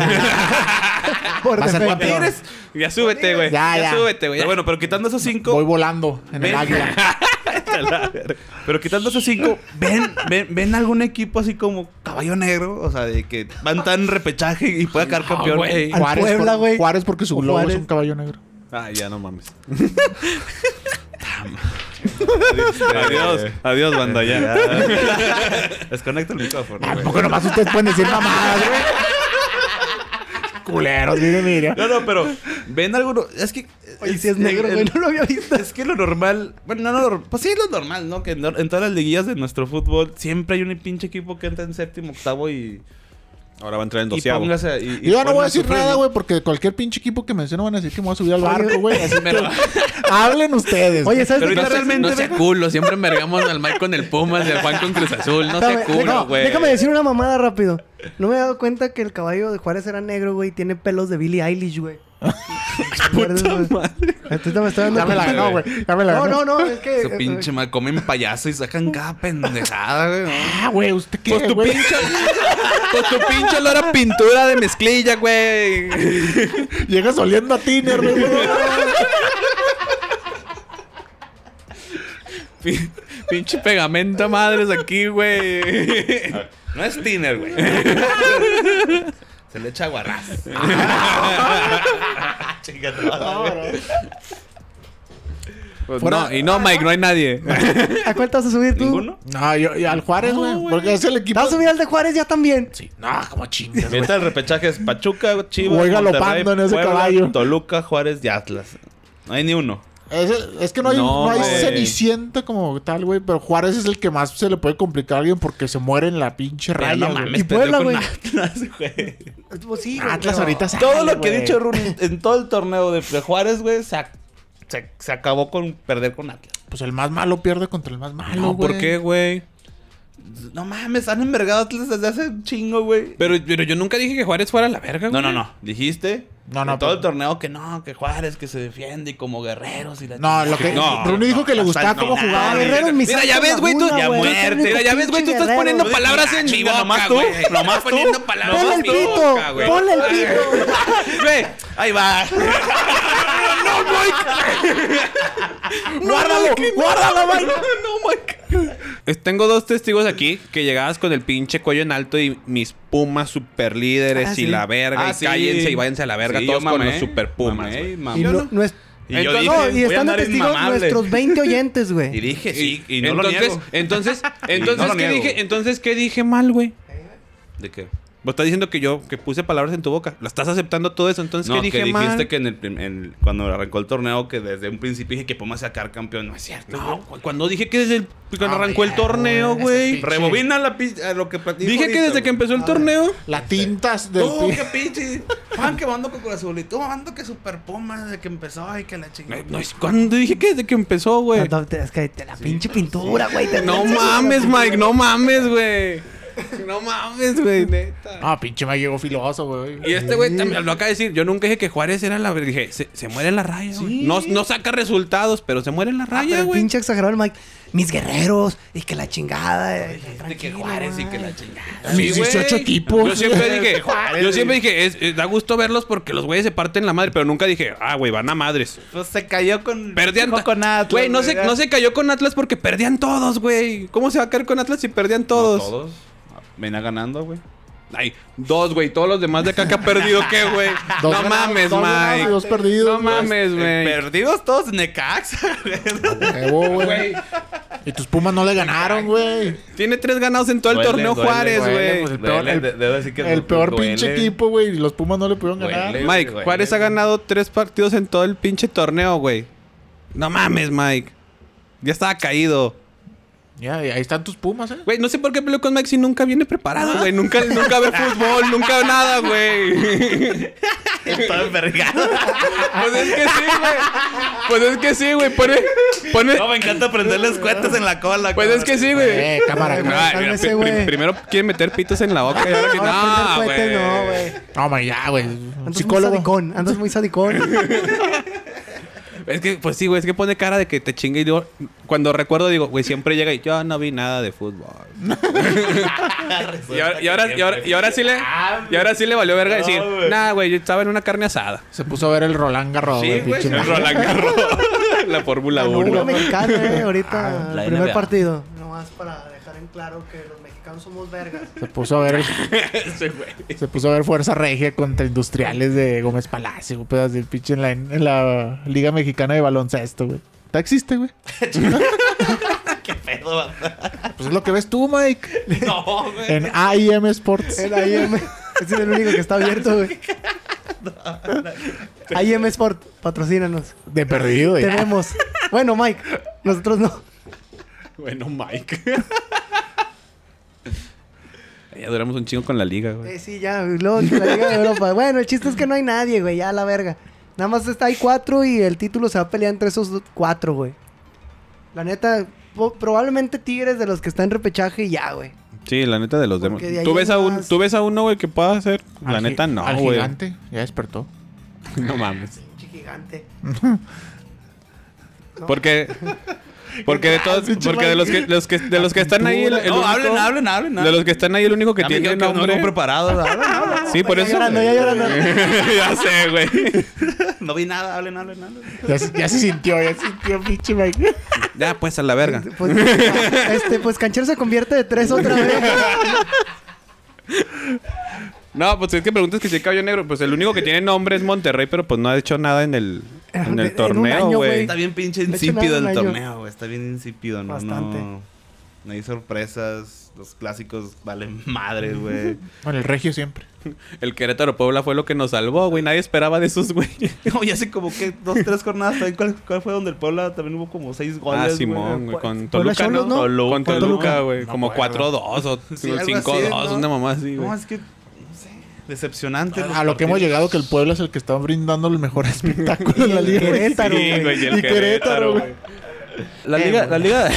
Por Va a ser defecto. campeón. ya súbete, güey. Ya, Ya, ya. súbete, güey. Pero bueno, pero quitando esos cinco. Voy volando en el Ven. águila. Pero quitando esos cinco, ¿ven, ven, ¿ven algún equipo así como Caballo Negro? O sea, de que van tan repechaje y puede quedar campeón. güey. Al Juárez, Puebla, por- güey. Juárez porque su O globo es Juárez. un caballo negro. Ah, ya no mames. adiós, adiós, banda, ya. Desconecta el micrófono. ¿A güey. poco nomás ustedes pueden decir mamadas, güey? Culeros, mire, mire. No, no, pero ven alguno. Es que. Oye, si es negro, el- güey, no lo había visto. Es que lo normal. Bueno, no, no, pues sí, lo normal, ¿no? Que en, en todas las liguillas de nuestro fútbol siempre hay un pinche equipo que entra en séptimo, octavo y. Ahora va a entrar en Y doceavo. póngase. a- Y, y Yo ya no voy a pongan decir sufrir, nada, ¿no? güey, porque cualquier pinche equipo que menciono van a decir que me voy a subir al barco, güey. Así Pero- que hablen ustedes. Oye, ¿sabes Pero de qué? ahorita realmente No sea vengo- culo, siempre envergamos al Mike con el Pumas y al Juan con Cruz Azul. No sea Déjame- culo, no, güey. déjame decir una mamada rápido. No me he dado cuenta que el caballo de Juárez era negro, güey. Tiene pelos de Billie Eilish, güey. Puta madre. Ahorita me estoy dando Ya me la cuenta. ganó, güey. Ya me la No, ganó. no, no, es que... Su pinche mal comen payaso y sacan cada pendejada, güey. ¿no? Ah, güey, ¿usted qué, Pues tu güey? pinche... Pues tu pinche olor a pintura de mezclilla, güey. Llegas oliendo a tiner, güey. Pin- Pinche pegamento madres aquí, güey. No es tiner, güey. Se le echa guarraz. Chingate, Pues Fuera- no, y no, Mike, no hay nadie. ¿A cuál te vas a subir tú? ¿Ninguno? No, yo, yo al Juárez, No, güey. güey. Porque es el ¿Te equipo. vas a subir al de Juárez ya también? Sí. No, como chingas, güey. Ahorita el repechaje es Pachuca, Chivas, Voy Monterrey, galopando en ese Puebla, caballo. Toluca, Juárez y Atlas. No hay ni uno. Es, es que no hay, No, no hay güey. cenicienta como tal, güey. Pero Juárez es el que más se le puede complicar a alguien porque se muere en la pinche Pero raya, no güey. mames, Y Puebla, perdió con güey. Atlas, güey. Pues sí, güey, Atlas pero- ahorita sale, Todo lo que he güey. dicho Run en todo el torneo de, de Juárez, güey, se, ac- se, se acabó con perder con Atlas. Pues el más malo pierde contra el más malo, No, güey. ¿por qué, güey? No mames, han envergado a Atlas desde hace un chingo, güey. Pero, pero yo nunca dije que Juárez fuera la verga, No, güey. no, no. Dijiste No, no, en todo pero- el torneo que no, que Juárez que se defiende y como guerreros y la No, lo que... No, Bruni dijo que le no, gustaba no, cómo no, jugaba. no, Guerrero en mi Mira, Santos ya ves, güey, tú- Laguna, ya güey. muerte. Tú eres el Mira, ya ves, güey, tú pinche estás guerrero. poniendo palabras en mi Chinga, boca, nomás tú, güey. nomás Estás tú. poniendo palabras Ponle en el mi pito. boca, güey. Ponle el pito. Güey, ahí va. ¡Guárdalo! ¡Guárdalo, güey! No, Mike. Es- Tengo dos testigos aquí que llegabas con el pinche cuello en alto y mis pumas super líderes Ah, y sí. la verga. Ah, y sí. cállense y váyanse a la verga Sí, todos yo con mamé, los super pumas. mamé, güey. mamé. Y, Yo no, no- no es- Y yo Entonces- dije, no, y voy a están de andar testigos inmamable. nuestros veinte oyentes, Y güey. dije sí, y no lo entonces, niego. entonces, Y entonces, no lo ¿qué niego. dije? Entonces, ¿qué dije mal, güey? ¿De qué? Vos estás diciendo que yo que puse palabras en tu boca. ¿La estás aceptando todo eso? Entonces, No, ¿qué dije que dijiste mal? que en el, prim- en- cuando arrancó el torneo que desde un principio dije que Pumas iba a sacar campeón. No es cierto. No, cu- cuando dije que desde el, cuando Ah, arrancó el ya, torneo, güey, güey. ese Rebobina la pi- a lo que platico Dije que ahorita, desde que güey. empezó el torneo. La tintas del... No, pi- qué pinche. Juan, que mando con Cruz Azul. Y tú mando que Super Pumas desde que empezó. Ay, que la chingada. No, es cuando dije que desde que empezó, güey. No, te- es que te la pinche pintura, güey. te- No mames, Mike, no mames, güey. No mames, güey, neta. Ah, pinche me llegó filoso, güey. Y este güey también lo acaba de decir. Yo nunca dije que Juárez era la verga. Dije, se, se muere en la raya, güey. No, no saca resultados, pero se muere en la Ah, raya, pero güey. pinche exagerado el Mike. Mis guerreros. Y que la chingada. eh, De que tranquilo, Juárez y que güey. la chingada. Mis Sí, güey. dieciocho equipos. Yo siempre dije, Juárez, yo siempre güey. dije, es, es- da gusto verlos porque los güeyes se parten la madre, pero nunca dije, ah, güey, van a madres. Pues se cayó con. Perdían dejó con Atlas. Güey, no se, ya. no se cayó con Atlas porque perdían todos, güey. ¿Cómo se va a caer con Atlas si perdían No, todos? todos. Venía ganando, güey. Ay, dos, güey. Todos los demás de acá que ha perdido, ¿qué, güey? Dos No ganados, mames, dos ganados y Mike. dos perdidos, No güey. mames, Eh, güey. Perdidos todos Necaxa, güey. Huevo, güey. Y tus Pumas no le ganaron, güey. Tiene tres ganados en todo el Duele, torneo duele, Juárez, duele, güey. pues, el peor, Duele, el- de- debo decir que El peor duele. pinche equipo, güey. Y los Pumas no le pudieron ganar. Duele. Mike, güey. Juárez ha ganado tres partidos en todo el pinche torneo, güey. No mames, Mike. Ya estaba caído. Ya, y ahí están tus Pumas, ¿eh? Güey, no sé por qué peleo con Mike si nunca viene preparado, güey. Nunca, nunca ve fútbol, nunca nada, güey. Está envergado. Pues es que sí, güey. Pues es que sí, güey. Pone, pone... No, me encanta prenderles cuentas en la cola. Pues es que sí, güey. Eh, cámara, Ay, cámara. mira, cálmese, pri- güey. primero quieren meter pitos en la boca y ahora que No, no, prender cohetes, no, güey. güey. No, man, ya, güey. Un Andas muy psicólogo. sadicón, andas muy sadicón. Es que, pues sí, güey, es que pone cara de que te chingue y digo, cuando recuerdo digo, güey, siempre llega y yo no vi nada de fútbol. y, ahora, y, ahora, y, ahora, y ahora sí le y ahora sí le valió verga decir, nah, güey, yo estaba en una carne asada. Se puso a ver el Roland Garros, Sí, güey, pinche el madre. Roland Garros. La Fórmula La uno. Liga Mexicana, eh, ahorita, Ah, la el primer N B A. partido. Nomás para dejar en claro que los mexicanos somos vergas. Se puso a ver Ese güey. se puso a ver Fuerza Regia contra Industriales de Gómez Palacio, güey, pedazos del pinche en la, en la Liga Mexicana de Baloncesto, güey. ¿Está existe, güey? ¿Qué pedo? Pues es lo que ves tú, Mike. No, güey. En A I M Sports. El I M. Ese es el único que está abierto, güey. I M Sport, patrocínanos. De perdido, ya. Tenemos. Bueno, Mike, nosotros no. Bueno, Mike. Ya duramos un chingo con la liga, güey. Eh, sí, ya, y luego que la Liga de Europa. Bueno, el chiste es que no hay nadie, güey, ya la verga. Nada más está ahí cuatro y el título se va a pelear entre esos cuatro, güey. La neta, po- probablemente Tigres de los que están en repechaje y ya, güey. Sí, la neta de los demás. Porque de ahí ¿Tú ves, en a un, más- ¿Tú ves a uno, güey, que pueda hacer? La Al neta, gi- no, Al güey. gigante. Ya despertó. No mames. Pinche gigante. Porque... Porque de todos... Porque de los que, los que, de los que están ahí... El, el No, único- hablen, hablen, hablen. De los que están ahí, el único que Ya me tiene dijeron que no nombre... vengo preparado. Hablen, hablen. Sí, por Ya eso... llorando, ya llorando. Ya sé, güey. No vi nada. Hablen, hablen, hablen. Ya, se- ya se sintió, ya se sintió, pinche Mike. Ya, pues, a la verga. Pues, este, pues Canchero se convierte de tres otra vez. No, pues es que preguntas que si hay caballo negro. Pues el único que tiene nombre es Monterrey, pero pues no ha hecho nada en el, en En el un torneo, año, güey. güey. Está bien pinche De hecho, insípido nada, el un año. torneo, güey. Está bien insípido, ¿no? Bastante. No, no hay sorpresas. Los clásicos valen madre, güey. Bueno, el Regio siempre. El Querétaro Puebla fue lo que nos salvó, güey. Nadie esperaba de esos güeyes. No, y hace como que dos, tres jornadas también. ¿Cuál, cuál fue donde el Puebla también hubo como seis goles, Ah, güey? Simón, güey. Con Puebla Toluca, Cholos, ¿no? ¿no? Toluca, con Con Toluca, Toluca. güey. No Como acuerdo. cuatro dos o Sí, algo cinco dos, así, ¿no? una mamá así, güey. No, es que... No sé. Decepcionante. los A lo que hemos partidos. llegado que el Puebla es el que está brindando el mejor espectáculo en la liga. Querétaro, Sí, güey. güey. Y el Y Querétaro, güey. La Eh, liga, güey. la liga...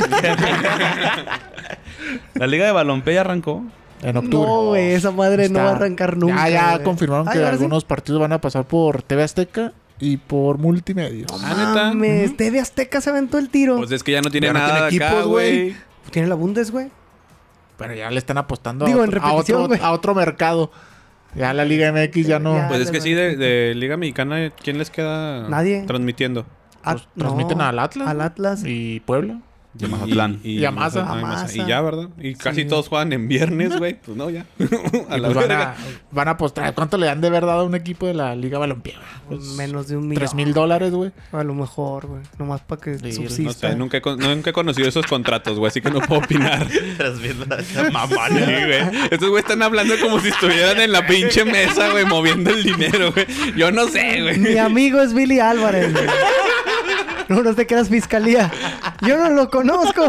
la liga de balompié ya arrancó. En octubre. No, güey, esa madre no Está- va a arrancar nunca. Ya, ya güey. confirmaron Ay, que ahora sí. algunos partidos van a pasar por T V Azteca y por Multimedios. No Ah, ¿neta? mames, T V Azteca se aventó el tiro. Pues es que ya no tiene Ya no nada tiene acá, equipos, güey. güey. Tiene la Bundes, güey. Pero ya le están apostando Digo, a, en otro, a, repetición, otro, güey. a otro mercado. Ya la Liga M X ya no. Ya. Pues es que de sí, de, de Liga Mexicana, ¿quién les queda Nadie. transmitiendo? Ah, Pues, transmiten no, al Atlas. Al Atlas. Y Puebla. Y Mazatlán. Y, Y a Maza. Maza- A y Maza. Maza. Y ya, ¿verdad? Y casi Sí. todos juegan en viernes, güey. Pues no, ya. A Y la pues van, verga. a, van a apostar. ¿Cuánto le dan de verdad a un equipo de la Liga Balompié? Pues, Menos de un millón. Tres mil dólares, güey. A lo mejor, güey. Nomás para que Sí, subsista. No sé, nunca he, con- nunca he conocido esos contratos, güey. Así que no puedo opinar. Tras bien la Mamá, sí, güey. Estos güey están hablando como si estuvieran en la pinche mesa, güey, moviendo el dinero, güey. Yo no sé, güey. Mi amigo es Billy Álvarez, güey. No, no te quedas fiscalía. Yo no lo conozco.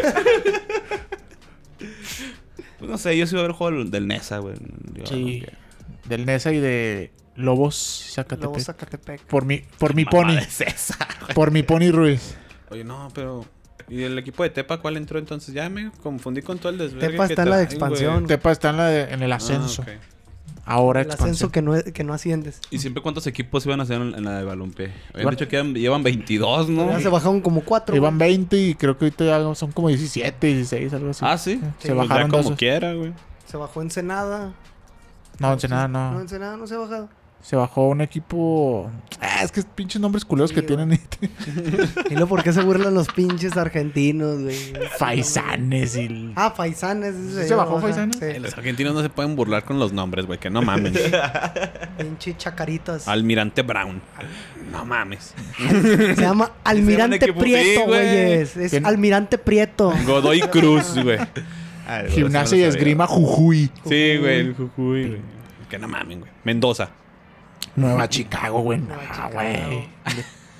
Pues no sé, yo sí iba a ver el juego del- del Nesa, güey. Yo- Sí. Del Nesa y de Lobos Zacatepec. Luego Zacatepec. Por mi, por mi Mamada pony. es esa, güey. Por mi pony Ruiz. Oye, no, pero... ¿Y el equipo de Tepa cuál entró entonces? Ya me confundí con todo el desvergue Tepa que está en la de traen, expansión. güey. Tepa está en, la de- en el Ah, ascenso. ok. Ahora El ascenso expansión. que no, que no asciendes. ¿Y siempre cuántos equipos iban a hacer en, en la de balompié? Habían Bueno. dicho que eran- llevan veintidós, ¿no? Ya se bajaron como cuatro. Iban güey. veinte y creo que ahorita ya son como diecisiete, dieciséis, algo así. Ah, ¿sí? Se Sí. Pues bajaron ya como dos. quiera, güey. Se bajó Ensenada. No, Ensenada No, no. Ensenada no se ha bajado. Se bajó un equipo... Ah, es que pinches nombres culeros Sí, que güey. tienen. Y luego, ¿por qué se burlan los pinches argentinos, güey? Faisanes y... Ah, Faisanes. ese ¿Sí se iba a bajó bajar. Faisanes? Sí. Los argentinos no se pueden burlar con los nombres, güey. Que no mames. Pinche chacaritas. Almirante Brown. No mames. Se llama Almirante equipo- Prieto, sí, güey. güeyes. Es Tiene- Almirante Prieto. Godoy Cruz, güey. Ay, güey, Gimnasia y eso no lo Esgrima Jujuy. Sí, güey. El Jujuy, güey. Que no mames, güey. Mendoza. Nueva Chicago, güey. Nueva Ah, Chicago. güey.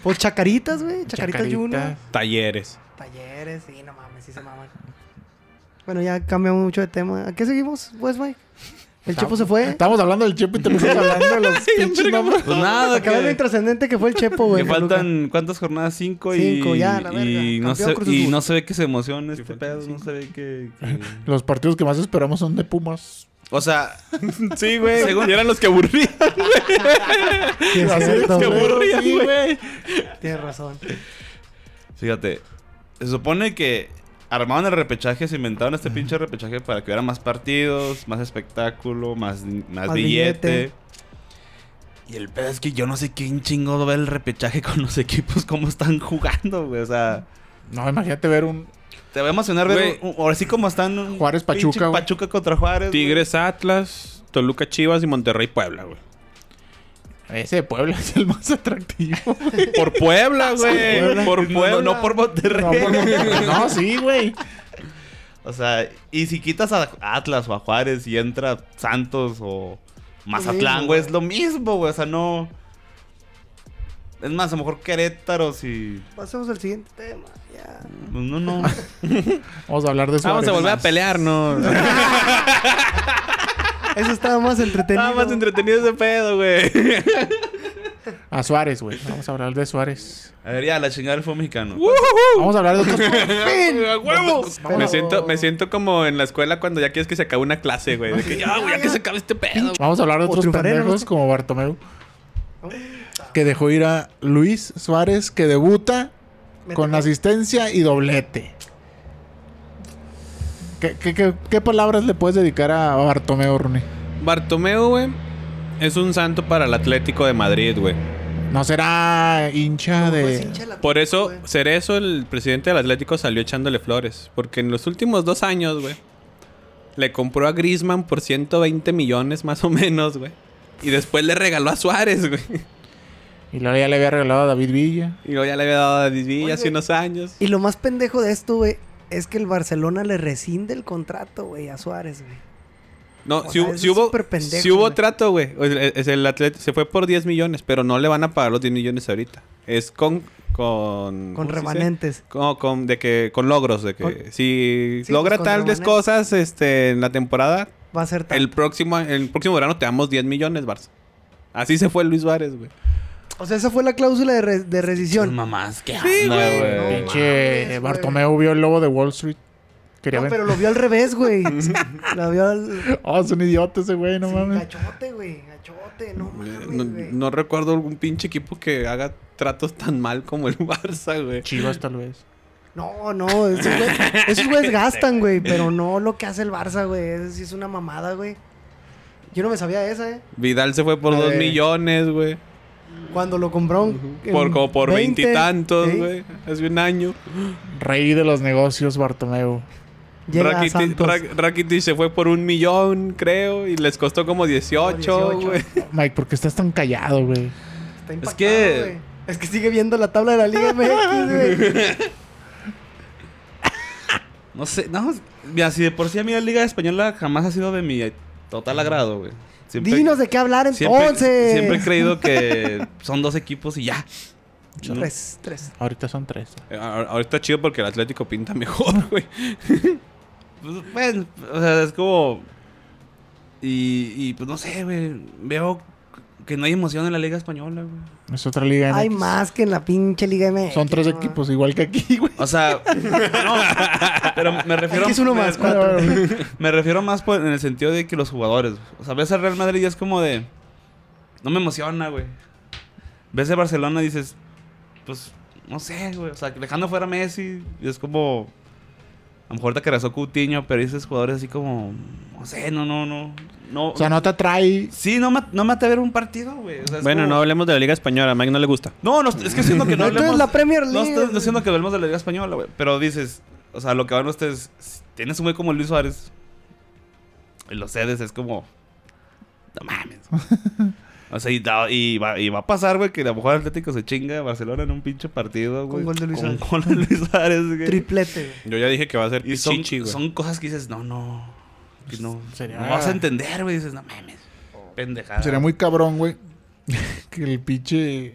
Pues Chacaritas, güey. Chacaritas Chacarita. Junior. Talleres. Talleres, sí, no mames, sí se maman. Bueno, ya cambiamos mucho de tema. ¿A qué seguimos, pues, Mike? ¿El Chepo se fue? Estamos hablando del Chepo y te lo estás hablando de los pinches nombres. Pues nada, Acaba lo que, intrascendente que fue el Chepo, güey. que faltan ¿cuántas jornadas? Cinco, Cinco, y, ya, la verga. y, no Campeón se, Cruz y Azul. no se ve que se emocione este faltan pedo, no se ve que... que- Los partidos que más esperamos son de Pumas. O sea, Sí, güey. Según eran los que aburrían. Sí, es Así cierto, que güey. aburrían, Sí, güey. Tienes razón. fíjate, se supone que armaron el repechaje, se inventaron este pinche repechaje para que hubiera más partidos, más espectáculo, más, más, Más billete. billete. Y el pedo es que yo no sé quién chingado ve el repechaje con los equipos, cómo están jugando, güey. O sea, No, imagínate ver un te va a emocionar ver, Güey. un- ahora sí como están un Juárez, pinche Pachuca, güey. Pachuca contra Juárez. güey. Tigres, Atlas, Toluca, Chivas y Monterrey, Puebla, güey. Ese de Puebla es el más atractivo. Por Puebla, güey. Puebla. Por No, Puebla. no, no por Monterrey. No, por Monterrey. No, sí, güey. O sea, y si quitas a Atlas o a Juárez y entra Santos o Mazatlán, mismo, güey, es lo mismo, güey. O sea, no. Es más, a lo mejor Querétaro, si. Pasemos al siguiente tema. Ya. No, no. Vamos a hablar de Suárez. Vamos a volver a pelear, ¿no? Eso estaba más entretenido. Nada más entretenido ese pedo, güey. A Suárez, güey. Vamos a hablar de Suárez. A ver, ya, la chingada del fútbol mexicano. Vamos a hablar de otros cosas. ¡A huevos! Vamos. Me siento, me siento como en la escuela cuando ya quieres que se acabe una clase, güey. De que ya, güey, ya que se acabe este pedo. Vamos a hablar de O otros triunfaré, pendejos ¿no? como Bartomeu. Que dejó ir a Luis Suárez, que debuta Me con tocó. asistencia y doblete. ¿Qué, qué, qué, qué palabras le puedes dedicar a Bartomeu, Rune? Bartomeu, güey, es un santo para el Atlético de Madrid, güey. ¿No será hincha No, pues, de...? hincha la Por puta, eso, güey. Cerezo, el presidente del Atlético, salió echándole flores. Porque en los últimos dos años, güey, le compró a Griezmann por ciento veinte millones más o menos, güey. Y después le regaló a Suárez, güey. Y luego ya le había regalado a David Villa. Y luego ya le había dado a David Oye, hace güey. unos años. Y lo más pendejo de esto, güey, es que el Barcelona le rescinde el contrato, güey, a Suárez, güey. No, O si, sea, hubo- eso si es hubo, súper pendejo, si hubo güey. trato, güey. O sea, es el atleta se fue por diez millones, pero no le van a pagar los diez millones ahorita. Es con... Con, Con ¿cómo se dice? remanentes. Con, con- de que, con logros, de que Con- si Sí, logra pues, con tales remanentes. cosas este, en la temporada, Va a ser tal. el próximo, el próximo verano te damos diez millones, Barça. Así se fue Luis Suárez, güey. O sea, esa fue la cláusula de, re- de Son rescisión. mamás, qué Sí, onda, güey. güey. No, Pinche mames, Bartomeu vio el lobo de Wall Street. Quería No, ver. pero lo vio al revés, güey. Lo vio al... Oh, es un idiota ese güey, no Sí, mames. gachote, güey. Gachote, no mames, No, güey. no recuerdo algún pinche equipo que haga tratos tan mal como el Barça, güey. Chivas tal vez. No, no, esos güeyes, esos güeyes gastan, güey, pero no lo que hace el Barça, güey. Eso sí es una mamada, güey. Yo no me sabía esa, eh. Vidal se fue por A dos ver. millones, güey. Cuando lo compraron. en Por como por veinte, veintitantos, ¿sí? güey. Hace un año. Rey de los negocios, Bartomeu. Llega a Rakitic, Santos. Rak- Rakitic se fue por un millón, creo, y les costó como dieciocho, dieciocho. güey. Mike, ¿por qué estás tan callado, güey? Está impactado, que- güey. Es que sigue viendo la tabla de la Liga M X, güey. No sé, no. Mira, si de por sí a mí la Liga Española jamás ha sido de mi total agrado, güey. Siempre- Dinos de qué hablar siempre, entonces. siempre he creído que son dos equipos y ya. No. Tres, tres. Ahorita son tres. Eh, a- Ahorita chido porque el Atlético pinta mejor, güey. Pues, bueno, o sea, es como. Y, y pues no sé, güey. Veo que no hay emoción en la Liga Española, güey. Es otra liga M X. Hay más que en la pinche Liga M X. Son tres ¿no? equipos, igual que aquí, güey. O sea, no. Pero me refiero. Aquí es uno me- más, cuatro. Me refiero más por- en el sentido de que los jugadores. O sea, ves al Real Madrid y es como de. No me emociona, güey. Ves el Barcelona y dices. Pues, no sé, güey. O sea, dejando fuera a Messi. Y es como. A lo mejor ahorita que regresó Coutinho, pero dices jugadores así como. No sé, no, no, no. no O sea, no te atrae. sí, no me, no me atreve a ver un partido, güey. O sea, es Bueno, como- no hablemos de la Liga Española, a Mike no le gusta. No, no, es que siento que no Entonces hablemos... la Premier No League. estoy güey. diciendo que hablemos de la Liga Española, güey. Pero dices... O sea, lo que van ustedes... Tienes un güey como Luis Suárez. Y lo cedes, es como... No mames. O sea, y, da- y va, y va a pasar, güey, que a lo mejor Atlético se chinga a Barcelona en un pinche partido, güey. gol de Luis Con Suárez. gol de Luis Suárez, güey. Triplete, güey. Yo ya dije que va a ser Y son, Pichichi, güey. son cosas que dices, no, no... Que no, Sería- no vas a entender, güey. Dices, no mames. Pendejada. Sería muy cabrón, güey. Que el pinche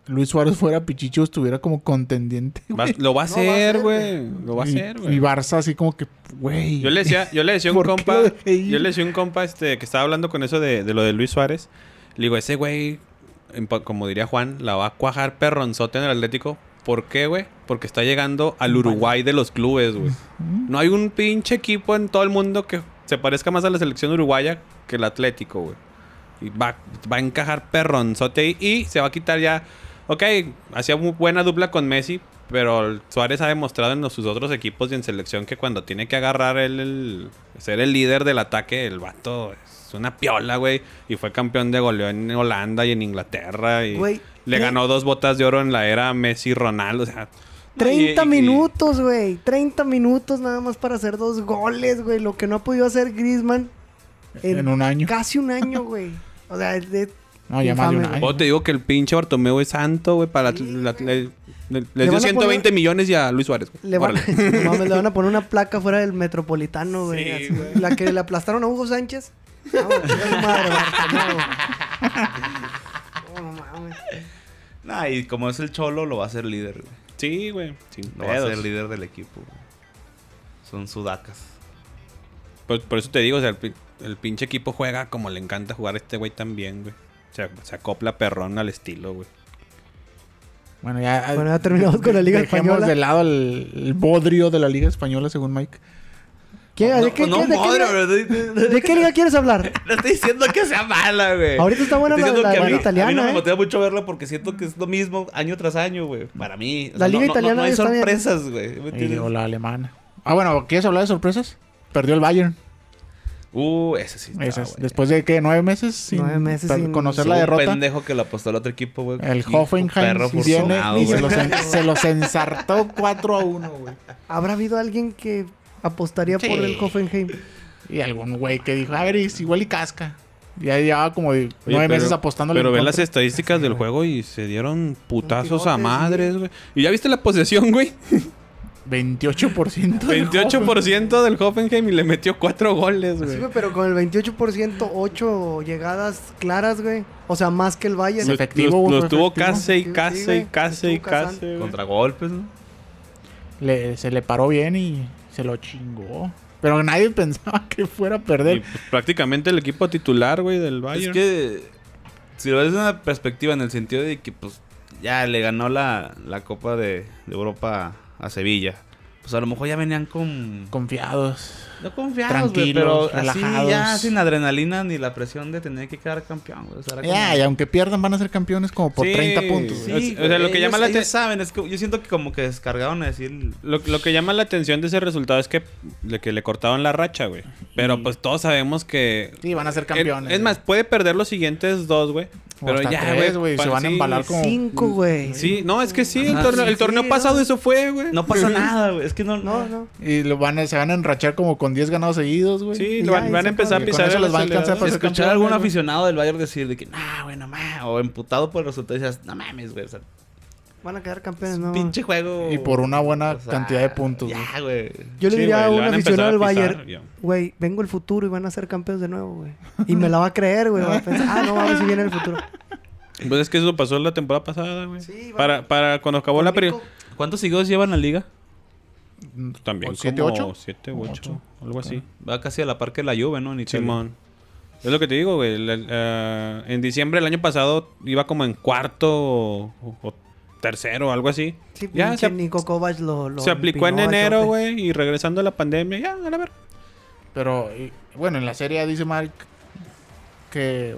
Luis Suárez fuera Pichicho, estuviera como contendiente. Va- güey. lo va a No, va a hacer, ser, güey. Lo va a Y- hacer, Y güey. Barça así como que, güey. Yo le decía, yo le decía a un ¿Por qué compa, lo dejé ir? yo le decía a un compa este, que estaba hablando con eso de, de lo de Luis Suárez. Le digo, ese güey, en pa- como diría Juan, la va a cuajar perronzote en el Atlético. ¿Por qué, güey? Porque está llegando al Uruguay de los clubes, güey. No hay un pinche equipo en todo el mundo que se parezca más a la selección uruguaya que el Atlético, güey. Y va, va a encajar perronzote ahí y se va a quitar ya. Ok, hacía muy buena dupla con Messi, pero Suárez ha demostrado en los- sus otros equipos y en selección que cuando tiene que agarrar el, el- ser el líder del ataque, el vato es una piola, güey. Y fue campeón de goleo en Holanda y en Inglaterra. Y Güey, le tre- ganó dos botas de oro en la era Messi-Ronaldo. O sea, treinta y- y- minutos, güey. treinta minutos nada más para hacer dos goles, güey. Lo que no ha podido hacer Griezmann En un año. Casi un año, güey. O sea, es de... No, ya más de un infame, año. O te digo que el pinche Bartomeu es santo, güey. Para Sí, la- güey. le, le- les Le dio van a ciento veinte poner- millones y a Luis Suárez. güey. Le van, Órale. no mames, le van a poner una placa fuera del Metropolitano, güey. Sí, así. güey. La que le aplastaron a Hugo Sánchez. Vamos, chinga su madre, Bartomeu. No, no mames. Nah, y como es el Cholo, lo va a hacer líder, güey. Sí, güey. Sin Lo va a pedos. ser líder del equipo, güey. Son sudacas. Por, por eso te digo, o sea, el, pi- el pinche equipo juega como le encanta jugar a este güey también, güey. O sea, se acopla perrón al estilo, güey. Bueno, ya, Bueno, ya terminamos con la Liga dejemos Española. de lado el, el bodrio de la Liga Española, según Mike. ¿Qué, No, ¿De, qué, no, qué- de qué madre, liga- bro. ¿De qué liga quieres hablar? No estoy diciendo que sea mala, güey. Ahorita está buena Estoy la, diciendo la que a liga mí, a mí no italiana, me ¿eh? motiva mucho verla porque siento que es lo mismo año tras año, güey. Para mí. O La sea, liga no, no- italiana no hay está bien. sorpresas, güey. ¿Me Y entiendes? o la alemana. Ah, bueno, ¿quieres hablar de sorpresas? Perdió el Bayern. Uh, ese sí está, Esas, güey. Después de que nueve meses sin, Nueve meses per- sin- conocer Sí, la un derrota. pendejo que lo apostó al otro equipo, güey. El Hijo, Hoffenheim perro viene afortunado, y se güey. los, en- se los ensartó cuatro a uno, güey. ¿Habrá habido alguien que apostaría Sí. por el Hoffenheim? Y algún güey que dijo, a ver, es igual y casca. Ya llevaba como de Oye, nueve pero- meses apostándole. Pero en ven las contra. estadísticas del juego y se dieron putazos a tirote, madres, sí. güey. ¿Y ya viste la posesión, güey? veintiocho por ciento. del veintiocho por ciento del Hoffenheim y le metió cuatro goles, Sí, güey. güey, pero con el veintiocho por ciento, ocho llegadas claras, güey. O sea, más que el Bayern. Sí. Los, efectivo, los- güey, los tuvo efectivo. casi y Sí, casi sí, y güey. casi y Estuvo cazando. casi, güey. Contra golpes, ¿no? Le- se le paró bien y se lo chingó. Pero nadie pensaba que fuera a perder. Y, pues, prácticamente el equipo titular, güey, del Bayern. Es que si lo ves desde una perspectiva en el sentido de que pues ya le ganó la, la Copa de, de Europa a Sevilla. Pues a lo mejor ya venían con... Confiados. No confiados, güey, Tranquilos, pero así relajados. ya sin adrenalina ni la presión de tener que quedar campeón, güey. O sea, era como- Ya, y aunque pierdan van a ser campeones como por Sí, treinta puntos. sí. güey. O sea, lo que ellos- llama la ellos te- saben, es que yo siento que como que descargaron a decir... Lo, lo que llama la atención de ese resultado es que le, que le cortaron la racha, güey. Pero Y- pues todos sabemos que... Sí, van a ser campeones. Es, es más, puede perder los siguientes dos, güey. O Pero hasta ya, tres, güey. güey, se pa- van a sí, embalar como- Cinco, güey. Sí, no, es que sí, el Ajá, torneo, sí, el torneo sí, pasado no. eso fue, güey. No pasa nada, güey. Es que no... No, no. Y lo van a- se van a enrachar como con diez ganados seguidos, güey. Sí, Y lo ya, van, y van se a empezar a acabó. pisar Con eso el les va a alcanzar acelerador. para ser Escuchar a campeones, algún güey. aficionado del Bayern decir de que, nah, güey, no mames. O emputado por el resultado y dices, no mames, güey. O sea, Van a quedar campeones, ¿no? pinche juego. Y por una buena O sea, cantidad de puntos, Ya, güey. Yo le Sí, diría güey, a le un van a aficionado del empezar a pisar, Bayern, ya. güey, vengo el futuro y van a ser campeones de nuevo, güey. Y me la va a creer, güey. Va a pensar, ah, no, a ver si viene el futuro. Pues es que eso pasó la temporada pasada, güey. Sí, va. para, para cuando acabó la Nico, primera... ¿Cuántos seguidos llevan la liga? También ¿O siete, como ocho? siete, Como ocho, ocho. algo así. Va casi a la par que la Juve, ¿no? En Italia. Simón. Es lo que te digo, güey. La- la- en diciembre del año pasado iba como en cuarto o, o tercero, algo así. Sí, ya pinche se, Nico Kovac lo, lo se aplicó en empinó a enero, chote. güey. Y regresando a la pandemia, ya, a la ver. Pero, y- bueno, en la serie dice Mark que,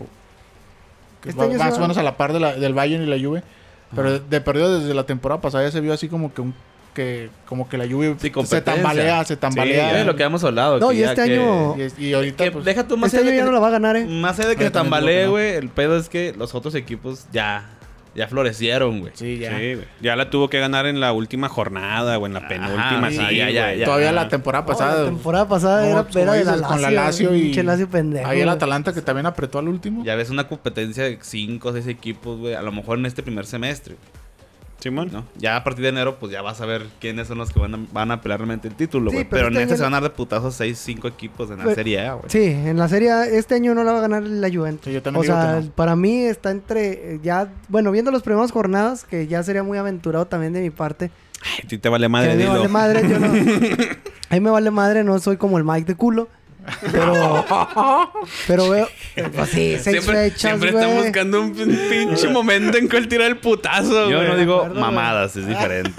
que Este va año se más va- o menos a la par de la- del Bayern y la Juve. Pero de, de perdido desde la temporada pasada ya se vio así como que un que como que la Juve Sí, se competencia. tambalea, se Sí, tambalea. es lo que hemos hablado. No, que y ya este que- año- y, es- y ahorita que pues, deja tú más Este allá año de ya que, no la va a ganar, ¿eh? más allá de que Yo se también digo tambalee, que no. güey. El pedo es que los otros equipos ya, ya florecieron, güey. sí, ya. Sí, güey. Ya la tuvo que ganar en la última jornada o en la penúltima. sí, sí, ya, ya, güey. ya. Todavía la temporada No, pasada. la temporada pasada no, era, como era de la dices, Lazio. con la Lazio y pinche Lazio pendejo. ahí el güey. Atalanta que también apretó al último. Ya ves una competencia de cinco o seis equipos, güey. A lo mejor en este primer semestre. Simón. ¿no? Ya a partir de enero, pues ya vas a ver quiénes son los que van a, van a pelear realmente el título, Sí, güey. pero pero en este este año- se van a dar de putazos seis, cinco equipos en la Pero- Serie A, güey. Sí, en la serie este año no la va a ganar la Juventus. Sí, yo también O digo sea, que no. para mí está entre... eh, ya Bueno, viendo las primeras jornadas, que ya sería muy aventurado también de mi parte. Ay, a ti te vale Que madre, a mí me dilo. vale madre, yo no... A mí me vale madre, no soy como el Mike de culo. Pero... pero veo... eh, Pues sí, seis Siempre, fechas, siempre güey. están buscando un pin- pinche momento en cual tirar el putazo, Yo güey. no digo acuerdo, mamadas, es diferente.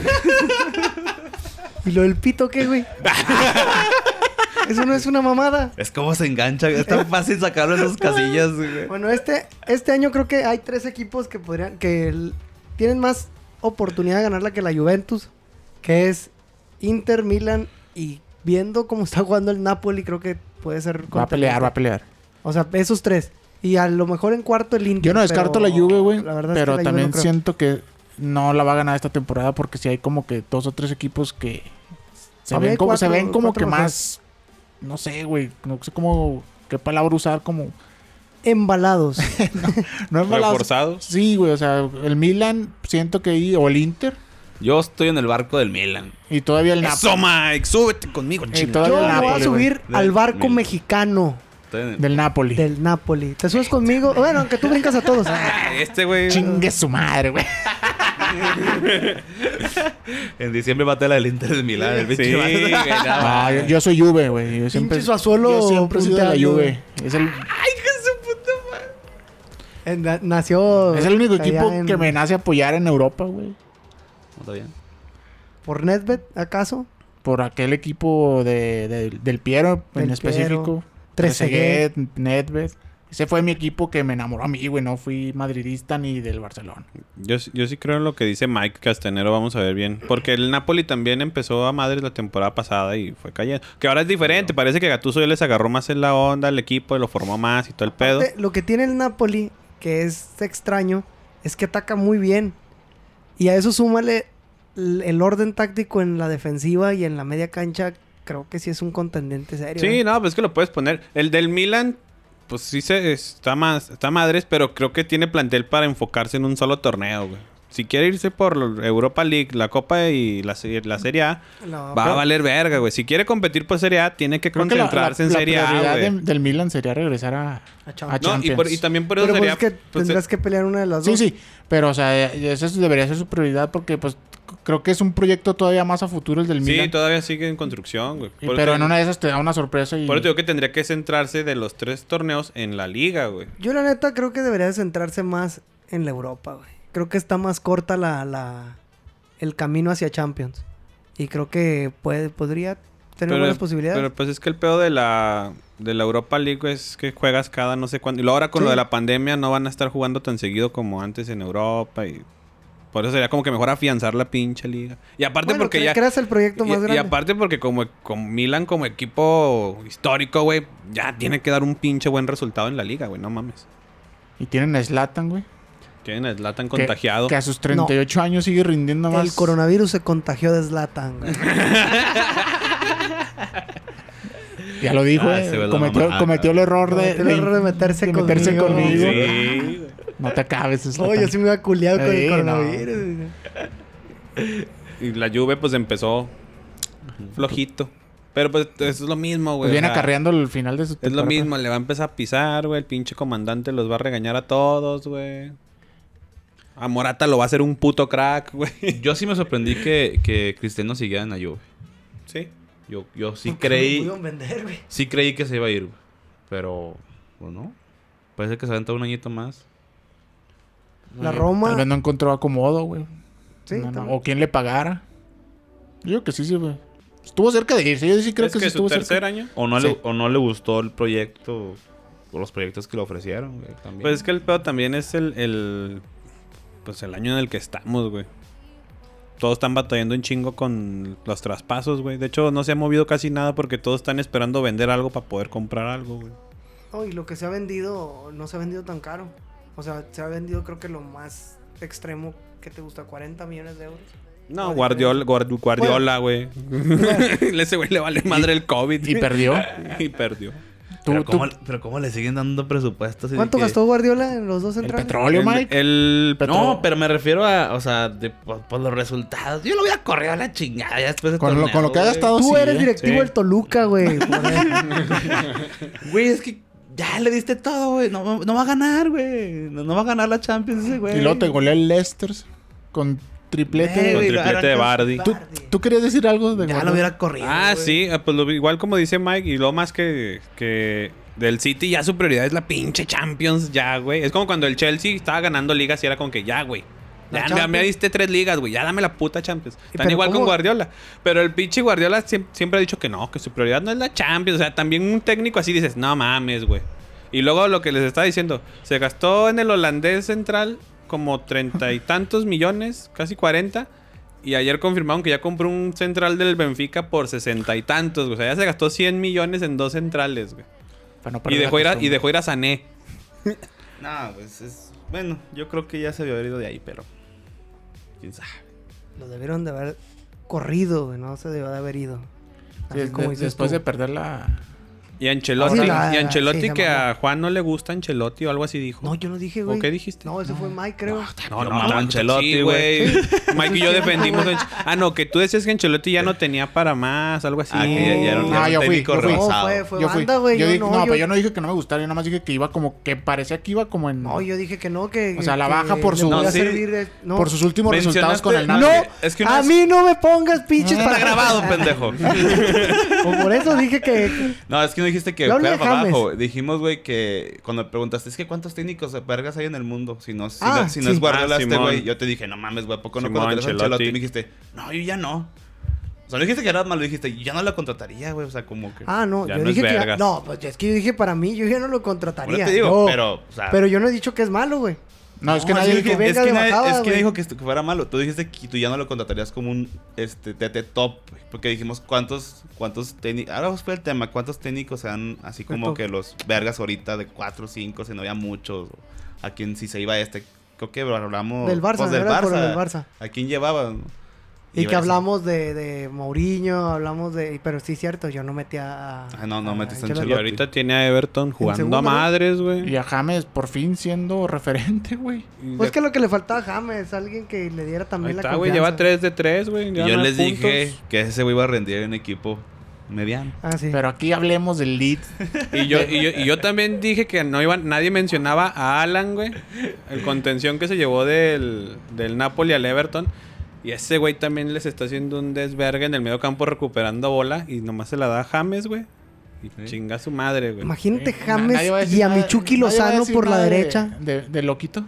¿Y lo del pito qué, güey? Eso no es una mamada. Es como se engancha, es tan fácil sacarlo de esas casillas, güey. Bueno, este, este año creo que hay tres equipos que podrían... Que el- tienen más oportunidad de ganarla que la Juventus. Que es Inter, Milan y... Viendo cómo está jugando el Napoli, creo que puede ser... Va a pelear, va a pelear. O sea, esos tres. Y a lo mejor en cuarto el Inter. Yo no descarto pero la Juve, güey. la verdad es Pero que la Juve también no creo. siento que no la va a ganar esta temporada porque si hay como que dos o tres equipos que se A mí hay ven como, se cuatro- ven como cuatro que mejores. más, no sé, güey, no sé cómo, qué palabra usar, como, Embalados. no es mala- Reforzados. Sí, güey, o sea, el Milan siento que ahí, o el Inter, Yo estoy en el barco del Milan. y todavía el Napoli. Eso, Mike. Súbete conmigo, Eh, chinga. todavía Yo el me voy a Napoli, subir güey. al barco Mira. mexicano Estoy en el- Del Napoli. del Napoli. ¿Te subes conmigo? Bueno, aunque tú brincas a todos. Ay, Este, güey. Chingue su madre, güey. En diciembre va a la del Inter del Milán. El Sí, pinche güey. vato. no, Ah, yo, yo soy Juve, güey. Yo siempre, Pinche Sassuolo yo siempre he sido de la punteando, Juve. Es el, Eh, na- Nació. es el único allá equipo en- que me nace apoyar en Europa, güey. No, está bien. ¿Por Netbet, acaso? Por aquel equipo de, de- del Piero, en Del específico. Trezeguet. Trezeguet, Nedved. Ese fue mi equipo que me enamoró a mí, güey. No fui madridista ni del Barcelona. Yo, yo sí creo en lo que dice Mike Castanero, vamos a ver bien. Porque el Napoli también empezó a madres la temporada pasada y fue cayendo. Que ahora es diferente, parece que Gattuso ya les agarró más en la onda al equipo, lo formó más y todo el pedo. Aparte, lo que tiene el Napoli, que es extraño, es que ataca muy bien. Y a eso súmale el, el orden táctico en la defensiva y en la media cancha. Creo que sí es un contendiente serio. Sí, ¿eh? no, pues es que lo puedes poner. El del Milan, pues sí se está más, está madres, pero creo que tiene plantel para enfocarse en un solo torneo, güey. Si quiere irse por Europa League, la Copa y la, se- la Serie A, La- va a valer verga, güey. Si quiere competir por Serie A, tiene que Creo que la, concentrarse la- en la Serie A, prioridad güey. de- del Milan sería regresar a, A Champions. No, y, Champions. por- y también por eso Pero pues sería... es que pues, tendrás que pelear una de las Sí, dos. sí. Pero, o sea, eso debería ser su prioridad porque, pues, c- creo que es un proyecto todavía más a futuro el del Sí, Milan. todavía sigue en construcción, güey. Y- Por pero eso- en una de esas te da una sorpresa y... Por eso digo que tendría que centrarse de los tres torneos en la liga, güey. Yo la neta creo que debería de centrarse más en la Europa, güey. Creo que está más corta la, la el camino hacia Champions. Y creo que puede, podría tener buenas posibilidades. Pero pues es que el pedo de la, de la Europa League es que juegas cada no sé cuándo. Y luego ahora con Sí. lo de la pandemia no van a estar jugando tan seguido como antes en Europa. Y por eso sería como que mejor afianzar la pinche liga. Y aparte Bueno, porque cre- ya... creas el proyecto Y, más y grande. aparte porque como, como Milan como equipo histórico, güey, ya tiene que dar un pinche buen resultado en la liga, güey. No mames. Y tienen a Zlatan, güey. Tienen a Zlatan que- contagiado. Que a sus treinta y ocho años sigue rindiendo más. El coronavirus se contagió de Zlatan, güey. Ya lo dijo, Ah, eh. ese güey la cometió, mamá, cometió el error de, Cometió el error de meterse de meterse conmigo. conmigo. Sí, güey. No te acabes, Zlatan. Oh, yo sí me iba culiado con Sí, el no. coronavirus. Y la Juve pues empezó flojito. Pero pues es lo mismo, güey. Pues viene o sea, acarreando el final de su Es lo temporada. mismo, le va a empezar a pisar, güey. El pinche comandante los va a regañar a todos, güey. A Morata lo va a hacer un puto crack, güey. Yo sí me sorprendí que, que Cristiano siguiera en la Juve. Sí. Yo, yo sí Porque creí... lo pudieron vender, güey. Sí creí que se iba a ir, güey. Pero, bueno, parece que se aventó un añito más. La Eh, Roma- Tal vez no encontró acomodo, güey. Sí, No, no. también. O quién le pagara. Yo creo que sí, sí, güey. Estuvo cerca de irse. Yo sí creo ¿Es que, que sí su estuvo tercer cerca. año? O no, Sí. le, o no le gustó el proyecto o los proyectos que le ofrecieron, güey. También. Pues es que el pedo también es el, el... Pues el año en el que estamos, güey. Todos están batallando un chingo con los traspasos, güey. De hecho, no se ha movido casi nada porque todos están esperando vender algo para poder comprar algo, güey. Oh, y lo que se ha vendido no se ha vendido tan caro. O sea, se ha vendido creo que lo más extremo que te gusta, cuarenta millones de euros. No, No, Guardiola, Guard- Guardiola, güey. Ese güey le vale madre el COVID. Y perdió. Y perdió. Tú, pero, tú- ¿cómo, pero ¿cómo le siguen dando presupuestos? así de ¿Cuánto que- gastó Guardiola en los dos el centrales? petróleo, El, Mike. el- No, pero me refiero a, o sea, de, por, por los resultados. Yo lo hubiera corrido a la chingada ya después de Con lo, torneo, con lo que ha güey. gastado, Tú sí, eres ¿eh? directivo Sí. del Toluca, güey. por ahí. Güey, es que ya le diste todo, güey. No, no va a ganar, güey. No, no va a ganar la Champions ese, güey. Y luego te golea el Leicester con triplete. Eh, Con güey, triplete de arrancas- Bardi. ¿Tú, ¿Tú querías decir algo de Ya Guardiola? lo hubiera corrido. Ah, güey. sí, eh, pues lo- igual como dice Mike, y lo más que, que del City ya su prioridad es la pinche Champions, ya, güey. Es como cuando el Chelsea estaba ganando ligas y era como que ya, güey. La Ya, ya me Champions. diste tres ligas, güey. Ya dame la puta Champions. Están pero igual con ¿cómo? Guardiola. Pero el pinche Guardiola siem- siempre ha dicho que no, que su prioridad no es la Champions. O sea, también un técnico así dices, no mames, güey. Y luego lo que les estaba diciendo, se gastó en el holandés central como treinta y tantos millones, casi cuarenta. Y ayer confirmaron que ya compró un central del Benfica por sesenta y tantos, güey. O sea, ya se gastó cien millones en dos centrales, güey. Para no Y perder dejó, la ir a, y costumbre. dejó ir a Sané. No, pues es... Bueno, yo creo que ya se había ido de ahí, pero... ¿Quién sabe? Lo debieron de haber corrido, güey. No se debió de haber ido. Sí, Así como de- dices después tú. de perder la... Y Ancelotti, Sí, la- y Ancelotti sí, se que mamó. a Juan no le gusta Ancelotti o algo así dijo. No, yo no dije, ¿O güey. qué dijiste? No, ese fue Mike, creo. No, Yo no, mamo no, a Ancelotti, sí, güey. Mike y yo defendimos a Anche- Ah, no, que tú decías que Ancelotti ya no tenía para más, algo así. Ah, que ya, ya era un, No, ya era yo un fui, técnico yo fui. No, revisado. fue, fue Yo fui. banda, güey. Yo Yo, dije- no, no, yo, pero yo no dije que no me gustara. Yo nada más dije que iba como... Que parecía que iba como en... no, yo dije que no, que... O sea, la que baja por le su- podía No, sí. servir de- no. Por sus últimos resultados con el Mencionaste- No, Napoli. Es que una a vez- mí no me pongas pinches Está grabado, pendejo. O por eso dije que... No, es que no dijiste que Yo hablé fuera de para James. abajo. Dijimos, güey, que cuando me preguntaste, es que ¿cuántos técnicos de vergas hay en el mundo? Si no, si Ah, no, si no sí. es Guardiola Ah, este, Simón. güey. Yo te dije, no mames, güey, ¿a poco no Simón, contratarías a Ancelotti? Ancelotti. Y me dijiste, no, yo ya no. O sea, no dijiste que era malo, dijiste, yo no lo contrataría, güey. O sea, como que... Ah, no, Ya yo no es dije que... vergas. No, pues es que yo dije para mí, yo ya no lo Por contrataría. eso te digo, No, pero, o sea... pero yo no he dicho que es malo, güey. No, es que No, nadie sí, dijo... que- venga es que de nadie- bajada, es que güey. dijo que, que fuera malo. Tú dijiste que tú ya no lo contratarías como un este T T top, güey, porque dijimos cuántos cuántos técnicos, ahora fue el tema, cuántos técnicos sean así como top. que los vergas ahorita de cuatro o cinco, si no había muchos, o a quién si se iba este, creo que hablamos Del Barça, pues, del era por Barça, el Barça. a quién llevaban. Y que hablamos de, de Mourinho, hablamos de... Pero sí, cierto, yo no metí a... Ah, no, no a metiste a Ancelotti. Y ahorita tiene a Everton jugando segundo, a ¿no? madres, güey. Y a James por fin siendo referente, güey. Y Pues de- que lo que le faltaba a James, alguien que le diera Ahí también la está, güey. confianza. Lleva tres de tres, güey. Y lleva yo nueve les puntos. dije que ese güey iba a rendir en equipo mediano. Ah, sí. Pero aquí hablemos del Leeds. Y yo, y, yo, y yo también dije que no iban, nadie mencionaba a Alan, güey. El contención que se llevó del, del Napoli al Everton. Y ese güey también les está haciendo un desvergue en el medio campo recuperando bola. Y nomás se la da a James, güey. Y Sí. chinga a su madre, güey. Imagínate Eh, James nadie va decir y a nada- Michuki nadie va a Lozano decir por la nada de- derecha. De, de Loquito.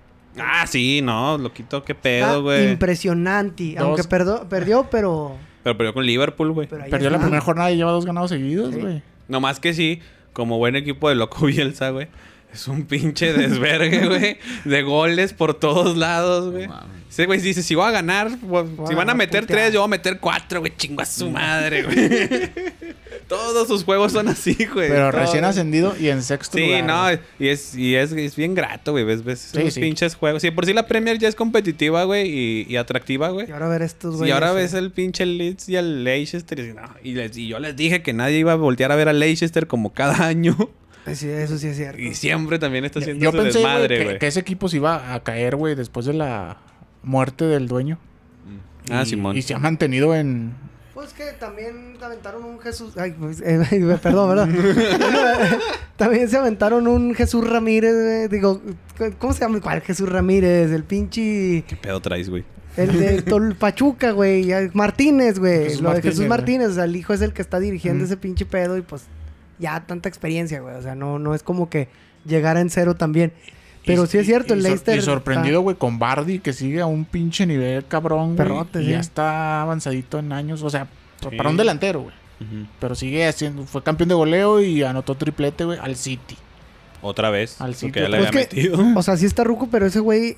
Ah, sí, no, loquito, qué Está pedo, güey. impresionante. Dos. Aunque perdo- perdió, pero... Pero perdió con Liverpool, güey. pero ahí Perdió la está. primera jornada y lleva dos ganados seguidos, Sí. güey. Nomás que sí, como buen equipo de loco Bielsa, güey. Es un pinche desvergue, güey. De goles por todos lados, güey. No mames. Sí, güey, dice, si voy a ganar, pues, Voy a si van a ganar meter puteado. tres, yo voy a meter cuatro, güey. Chingo a su madre, güey. Todos sus juegos son así, güey. Pero Todos. recién ascendido y en sexto Sí, lugar. no, güey. y es, y es, es bien grato, güey. Ves, ves Sí, esos sí. pinches juegos. Sí, por sí la Premier ya es competitiva, güey, y, y atractiva, güey. Y ahora ver estos güeyes. Y ahora eh. ves el pinche Leeds y al Leicester y, no, y, les- y yo les dije que nadie iba a voltear a ver al Leicester como cada año. Sí, eso sí es cierto. Y siempre también está haciendo Yo su pensé, güey, desmadre, que, güey. que ese equipo se iba a caer, güey, después de la muerte del dueño. Ah, Y- Simón. Y se ha mantenido en... Pues que también aventaron un Jesús... Ay, pues, eh, perdón, ¿verdad? También se aventaron un Jesús Ramírez, güey. Digo, ¿cómo se llama? ¿Cuál Jesús Ramírez? El pinche... ¿Qué pedo traes, güey? El de Tol Pachuca, güey. Ya- Martínez, güey. Jesús Lo de Martínez, Jesús güey. Martínez. O sea, el hijo es el que está dirigiendo Ujú. ese pinche pedo y pues ya tanta experiencia, güey. O sea, no, no es como que llegara en cero también. Pero y- sí es cierto, y- el y sor- Leicester... Y sorprendido, está- güey, con Bardi, que sigue a un pinche nivel cabrón, güey. Perrote, y sí. ya está avanzadito en años. O sea, pa- Sí. para un delantero, güey. Ujú. Pero sigue haciendo... Fue campeón de goleo y anotó triplete, güey, al City. Otra vez. Al Porque sitio. ya le Pues había que- metido. O sea, sí está ruco, pero ese güey...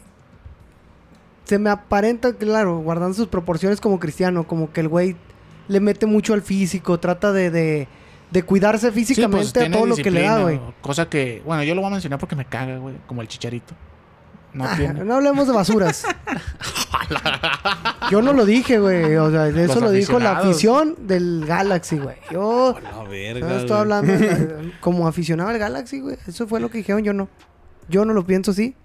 Se me aparenta, claro, guardando sus proporciones como cristiano. Como que el güey le mete mucho al físico. Trata de, de, de cuidarse Sí, físicamente pues, a tiene todo lo que le da, disciplina, güey. Cosa que... Bueno, yo lo voy a mencionar porque me caga, güey. Como el Chicharito. No Ah, tiene... no hablemos de basuras. Yo no lo dije, güey. O sea, eso Los lo dijo la aficionados. afición del Galaxy, güey. Yo La yo verga, estoy güey. hablando de- como aficionado al Galaxy, güey. Eso fue lo que dijeron, yo no. Yo no lo pienso así.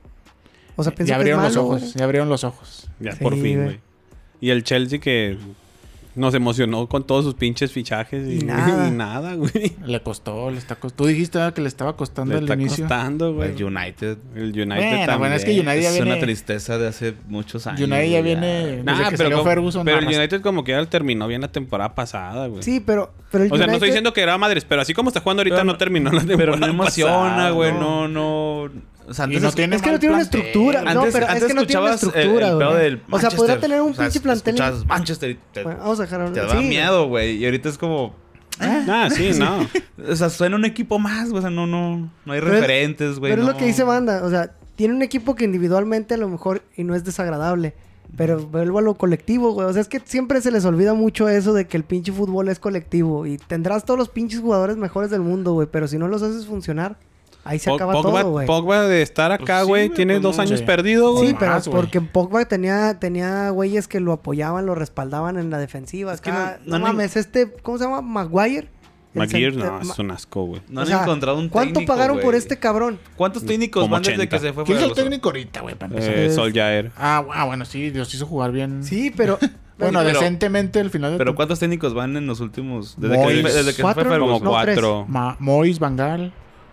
O sea, pienso Ya que es abrieron los malo, ojos, güey. ya abrieron los ojos. Ya, Sí, por fin, güey. güey. Y el Chelsea que nos emocionó con todos sus pinches fichajes y, Y nada. y nada, güey. Le costó, le está costando. Tú dijiste ah, que le estaba costando Le el está inicio. costando, güey. El United. El United Bueno, también. bueno, es que United ya Es viene. una tristeza de hace muchos años. United ya güey, viene. Nah, desde que pero, salió como- Ferguson. pero el arras- United como que ya terminó bien la temporada pasada, güey. Sí, pero, pero el O sea, no United- estoy diciendo que era madres, pero así como está jugando ahorita Pero no, no- terminó la temporada Pero no emociona, pasada, güey. ¿no? No, no. O sea, Y antes no es- tiene Es que no mal tiene una plantel. estructura. no, Antes- pero es antes que no tiene una escuchabas el- estructura, el pedo güey. del O sea, Manchester. podrá tener un O sea, pinche plantel. escuchabas Manchester y te, Bueno, vamos a dejar te daba sí, miedo, güey. Y ahorita es como... Ah, sí, no. O sea, suena un equipo más, güey. O sea, no, no, no hay Pero es- referentes, güey. Pero no. es lo que dice Banda. O sea, tiene un equipo que individualmente a lo mejor y no es desagradable. Pero vuelvo a lo colectivo, güey. O sea, es que siempre se les olvida mucho eso de que el pinche fútbol es colectivo. Y tendrás todos los pinches jugadores mejores del mundo, güey. Pero si no los haces funcionar, ahí se Po- acaba Pogba, todo, güey. Pogba de estar Pues acá, sí, güey, güey, tiene pues dos no. años Sí. perdido, güey. Sí, pero más, güey. porque Pogba tenía, tenía güeyes que lo apoyaban, lo respaldaban en la defensiva. Es que Acá, no- no, no- mames, este, ¿cómo se llama? Maguire. El Maguire, cent- no, eh, es un asco, güey. No o han sea, encontrado un ¿cuánto técnico, pagaron por güey. este cabrón? ¿Cuántos técnicos Como van desde ochenta. que se fue ¿Quién es el Ferguson? técnico ahorita, güey? Para empezar. Eh, Es- Solskjaer. Ah, ah, bueno, sí, los hizo jugar bien. Sí, pero... Bueno, Pero- decentemente al final de Pero tu- ¿cuántos técnicos van en los últimos? Desde Moyes. que, desde que se fue Cuatro, Ferguson. Como no, tres. cuatro. Ma- Mois, Vangal,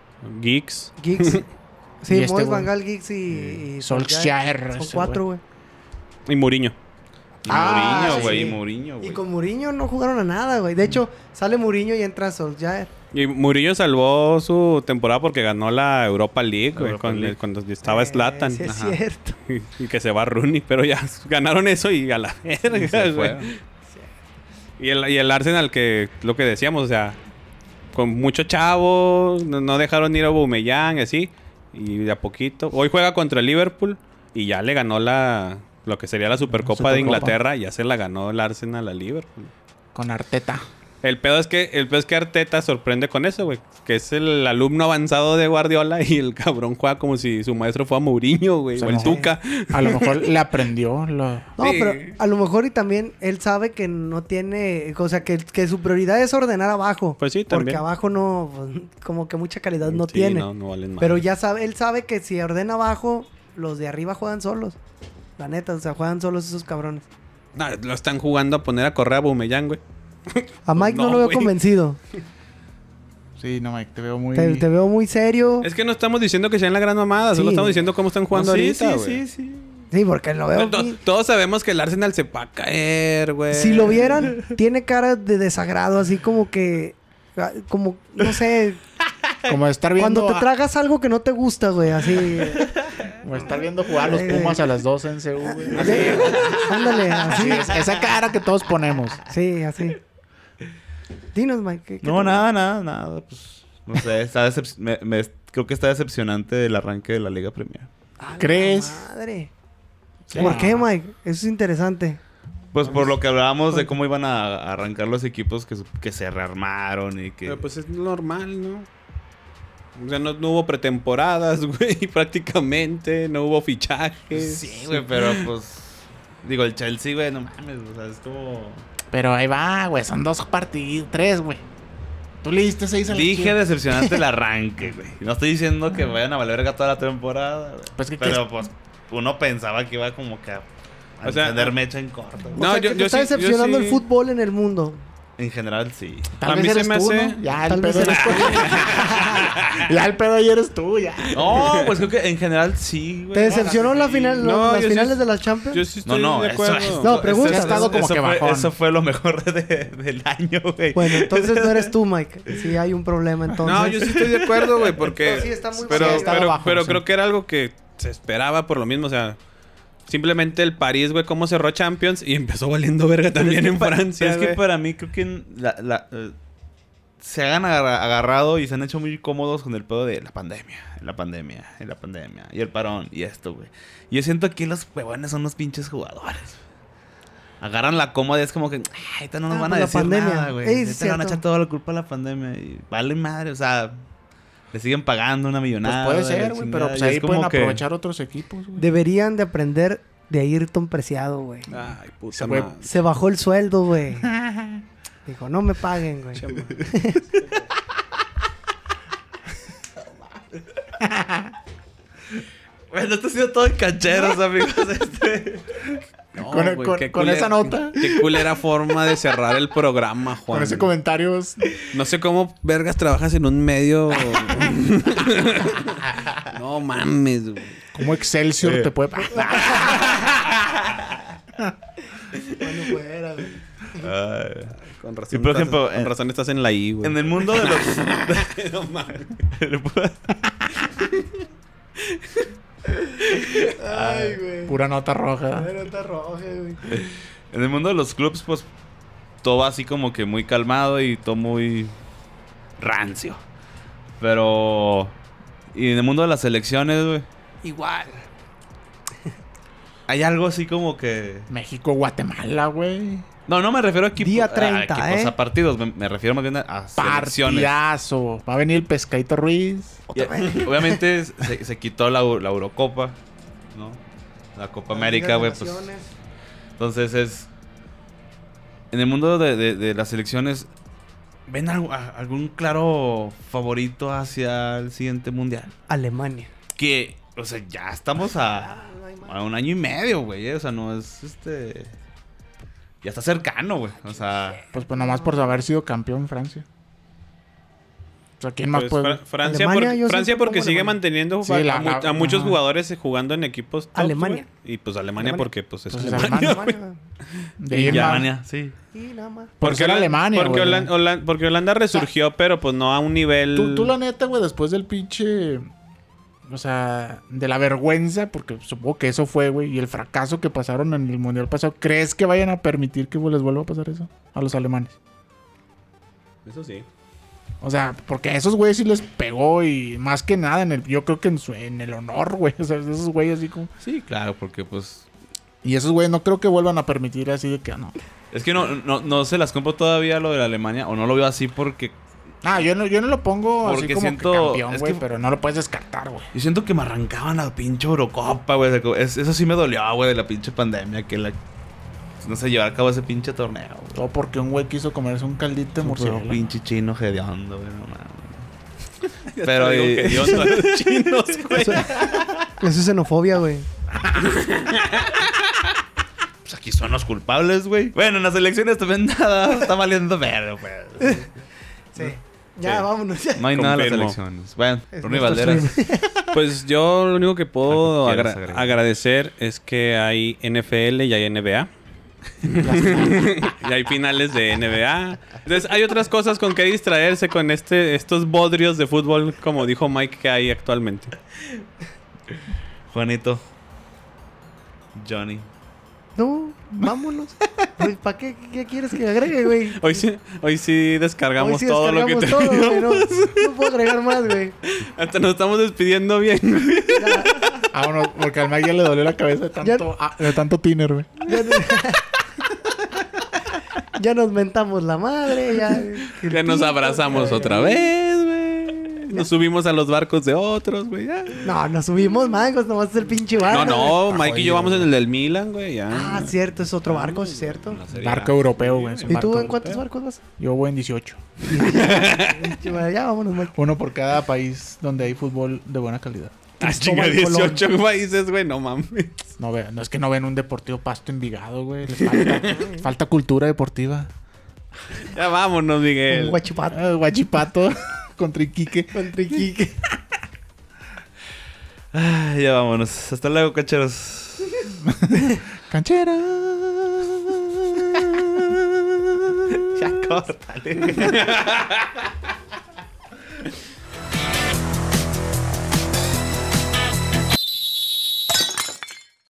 Geeks. Giggs. Sí, Y este Moyes, güey. Van Gaal, Giggs y, y Solskjaer. Son ese cuatro, güey. Y Mourinho. Y Ah, Mourinho, sí. güey. Y Mourinho, Y güey. con Mourinho no jugaron a nada, güey. De hecho, sale Mourinho y entra Solskjaer. Y Mourinho salvó su temporada porque ganó la Europa League, güey, Europa con- League. cuando estaba Eh, Zlatan. Sí, es Ajá. cierto. Y, y que se va Rooney, pero ya ganaron eso y a la verga, Y se güey. fue. Y el, y el Arsenal que, lo que decíamos, o sea, con mucho chavo, no, no dejaron ir a Aubameyang y así. Y de a poquito. Hoy juega contra el Liverpool y ya le ganó la... Lo que sería la Supercopa de Supercopa. Inglaterra, ya se la ganó el Arsenal al Liverpool. con Arteta. El pedo es que el pedo es que Arteta sorprende con eso, güey. Que es el alumno avanzado de Guardiola y el cabrón juega como si su maestro fuera Mourinho, güey. O sea, O el no. Tuca. A lo mejor le aprendió. Lo... No, Sí. pero a lo mejor y también él sabe que no tiene... O sea, que, que su prioridad es ordenar abajo. Pues sí, Porque también. abajo no... pues, como que mucha calidad no Sí, tiene. No, no valen Pero madre. ya sabe... Él sabe que si ordena abajo, los de arriba juegan solos. La neta, o sea, juegan solos esos cabrones. No, lo están jugando a poner a correr a Aubameyang, güey. A Mike no, No, lo veo güey. convencido. Sí, no, Mike, te veo muy... Te, te veo muy serio. Es que no estamos diciendo que sean la gran mamada, Sí. solo estamos diciendo cómo están jugando No, sí, ahorita, sí, güey. sí, sí. Sí, porque lo veo... To- muy- Todos sabemos que el Arsenal se va a caer, güey. Si lo vieran, tiene cara de desagrado, así como que... ah, Como, no sé... Como estar viendo... Cuando te a- tragas algo que no te gusta, güey, así... Como estar viendo jugar a los Ay, güey. Pumas a las doce en C U, güey. Así, Ándale, así. es- esa cara que todos ponemos. Sí, así. Dinos, Mike. ¿qué- qué No, te- nada, nada, nada. Pues, no sé. Está decep- me- me- creo que está decepcionante el arranque de la Liga Premier. ¡A la ¿Crees? Madre. Sí. ¿Por qué, Mike? Eso es interesante. Pues por lo que hablábamos de cómo iban a a arrancar los equipos que, su- que se rearmaron y que... Pero pues es normal, ¿no? O sea, no, no hubo pretemporadas, güey, prácticamente. No hubo fichajes. Sí, güey, pero pues... Digo, el Chelsea, güey, no mames. O sea, es como... Pero ahí va, güey. Son dos partidos. Tres, güey. Tú le diste seis a la Dije Chivas. decepcionante el arranque, güey. No estoy diciendo que vayan a valer verga toda la temporada, güey. Pues, ¿qué Pero pues uno pensaba que iba como que a, a O sea, encender mecha en corto. güey. No, o sea, yo- que te yo está sí- yo decepcionando sí- el fútbol en el mundo. En general, sí. Tal A vez mí se eres me tú, hace- ¿no? Ya, Tal el vez pedo eres eres tú. Ya el pedo ahí eres tú, ya. No, pues creo que en general sí, güey. ¿Te decepcionó la final, No, las yo sí- finales de la Champions? Yo sí No, estoy no, de eso, acuerdo. eso- No, pregunta. eso- Ha estado como eso que fue, bajón. eso fue lo mejor de- del año, güey. Bueno, entonces no eres tú, Mike. Sí hay un problema entonces. No, yo sí estoy de acuerdo, güey, porque... Sí, está muy pero sí, ha estado pero, bajo, pero sí. creo que era algo que se esperaba por lo mismo, o sea... Simplemente el París, güey, cómo cerró Champions y empezó valiendo verga también Pero es en que pa- Francia, pero es que güey. para mí creo que en la, la, eh, se han agarra- agarrado y se han hecho muy cómodos con el pedo de la pandemia, la pandemia, y la pandemia, y el parón, y esto, güey. Y yo siento que los huevones son los pinches jugadores. Agarran la cómoda y es como que, ay, ahorita no nos Ah, van pues a la decir pandemia. nada, güey. Ey, es Ahorita le van a cierto. echar toda la culpa a la pandemia y vale madre, o sea, le siguen pagando una Pues millonada. puede la ser, güey. chingada, Pero pues y es ahí como pueden que- aprovechar otros equipos, güey. Deberían de aprender de Ayrton Preciado, güey. Ay, puta Se fue- madre. Se bajó el sueldo, güey. Dijo, no me paguen, güey. Bueno, esto ha sido todo en cancheros, amigos. Este... No, Con- güey, con- qué con culera- esa nota. Qué culera forma de cerrar el programa, Juan. Con ese comentario... No sé cómo vergas trabajas en un medio. No mames, güey. Como Excelsior Eh. te puede... Bueno, fuera, güey. Ay. Con razón, Y por estás- ejemplo, con en- razón estás en la I, güey. En el mundo de los... No mames. Ay, güey. Pura nota roja. Ay, nota roja, güey. En el mundo de los clubs, pues, todo va así como que muy calmado y todo muy rancio. Pero... Y en el mundo de las elecciones, güey, Igual. hay algo así como que... México, Guatemala, güey. No, no me refiero a equipos... Día a treinta, equipos, ¿eh? a partidos. Me, me refiero más bien a, a selecciones. Partidazo. Va a venir el Pescadito Ruiz. Y, obviamente se, se quitó la, la Eurocopa, ¿no? La Copa América, güey, pues... Entonces es... En el mundo de, de, de las selecciones, ¿ven algo- a- algún claro favorito hacia el siguiente mundial? Alemania. Que, o sea, ya estamos a, a un año y medio, güey. eh, O sea, no es este... Ya está cercano, güey. O sea... Pues, pues nomás por haber sido campeón Francia. O sea, ¿quién más Pues, puede...? Fra- Francia, Alemania, porque, yo Francia siempre porque pongo sigue Alemania. manteniendo Sí, a, la- a mu- la- a muchos ajá. jugadores jugando en equipos tops, Alemania. güey. Y pues Alemania, Alemania. porque pues es Pues es Alemania. Alemania. De Y ir más- Alemania, sí. Y nada más. Porque era Holan- Alemania, Porque, güey. Holan- Holan- porque Holanda resurgió, pero pues no a un nivel... Tú, tú la neta, güey, después del pinche... O sea, de la vergüenza, porque supongo que eso fue, güey, y el fracaso que pasaron en el Mundial pasado, ¿crees que vayan a permitir que les vuelva a pasar eso a los alemanes? Eso sí. O sea, porque a esos güeyes sí les pegó y más que nada, en el, yo creo que en, su, en el honor, güey. O sea, esos güeyes así como... Sí, claro, porque pues... Y esos güeyes no creo que vuelvan a permitir así de que "Ah, no. Es que no, no, no se las compro todavía lo de la Alemania, o no lo veo así porque... Ah, yo no, yo no lo pongo así Porque como siento- que campeón, es güey, que- pero no lo puedes descartar, güey. Yo siento que me arrancaban la pinche Eurocopa, güey. O sea, es- Eso sí me dolió, güey, de la pinche pandemia. Que la... no se llevara a cabo ese pinche torneo, güey. Todo porque un güey quiso comerse un caldito de Puro murciélago. pinche chino hediondo, güey, no mames. Pero Pero digo y- que Dios no es chinos, güey. Eso es xenofobia, güey. pues aquí son los culpables, güey. Bueno, en las elecciones también nada está valiendo verga, pues. Sí. Ya, Sí. vámonos. Ya. No hay nada en las Confirmo. elecciones. Bueno, Es Ronnie nuestro Valderas. Pues yo lo único que puedo Algo quieras agra- agregar. agradecer es que hay N F L y hay N B A. Y hay finales de N B A. Entonces hay otras cosas con que distraerse con este estos bodrios de fútbol, como dijo Mike, que hay actualmente. Juanito. Johnny. No, vámonos. ¿Para qué, qué quieres que agregue, güey? Hoy sí, hoy sí descargamos Hoy sí todo lo que descargamos todo, güey. No, teníamos. no puedo agregar más, güey. Hasta nos estamos despidiendo bien. Ya, Ah, bueno, porque al Mike ya le dolió la cabeza de tanto, ah, de tanto tiner, güey. ya, ya nos mentamos la madre, ya. Ya nos abrazamos otra vez, güey. Nos subimos a los barcos de otros, güey. Ya. No, nos subimos, mangos, nomás es el pinche barco. No, no, Está Mike y yo jodido, vamos en güey. el del Milan, güey. Ya. Ah, cierto, es otro barco, sí, es cierto. La serie Barco A. europeo, güey. es un ¿Y tú barco en cuántos europeo. barcos vas? Yo voy en dieciocho. Ya, vámonos, Mike. Uno por cada país donde hay fútbol de buena calidad. Ah, chinga, Cristóbal dieciocho países, güey. No mames. No, ve, no es que no ven un Deportivo Pasto Envigado, güey. Les falta, falta cultura deportiva. Ya vámonos, Un Miguel. guachipato. Ah, Guachipato contra Iquique. Contra Iquique. Ay, ya vámonos. Hasta luego, cacheros. Canchera. Ya córtale.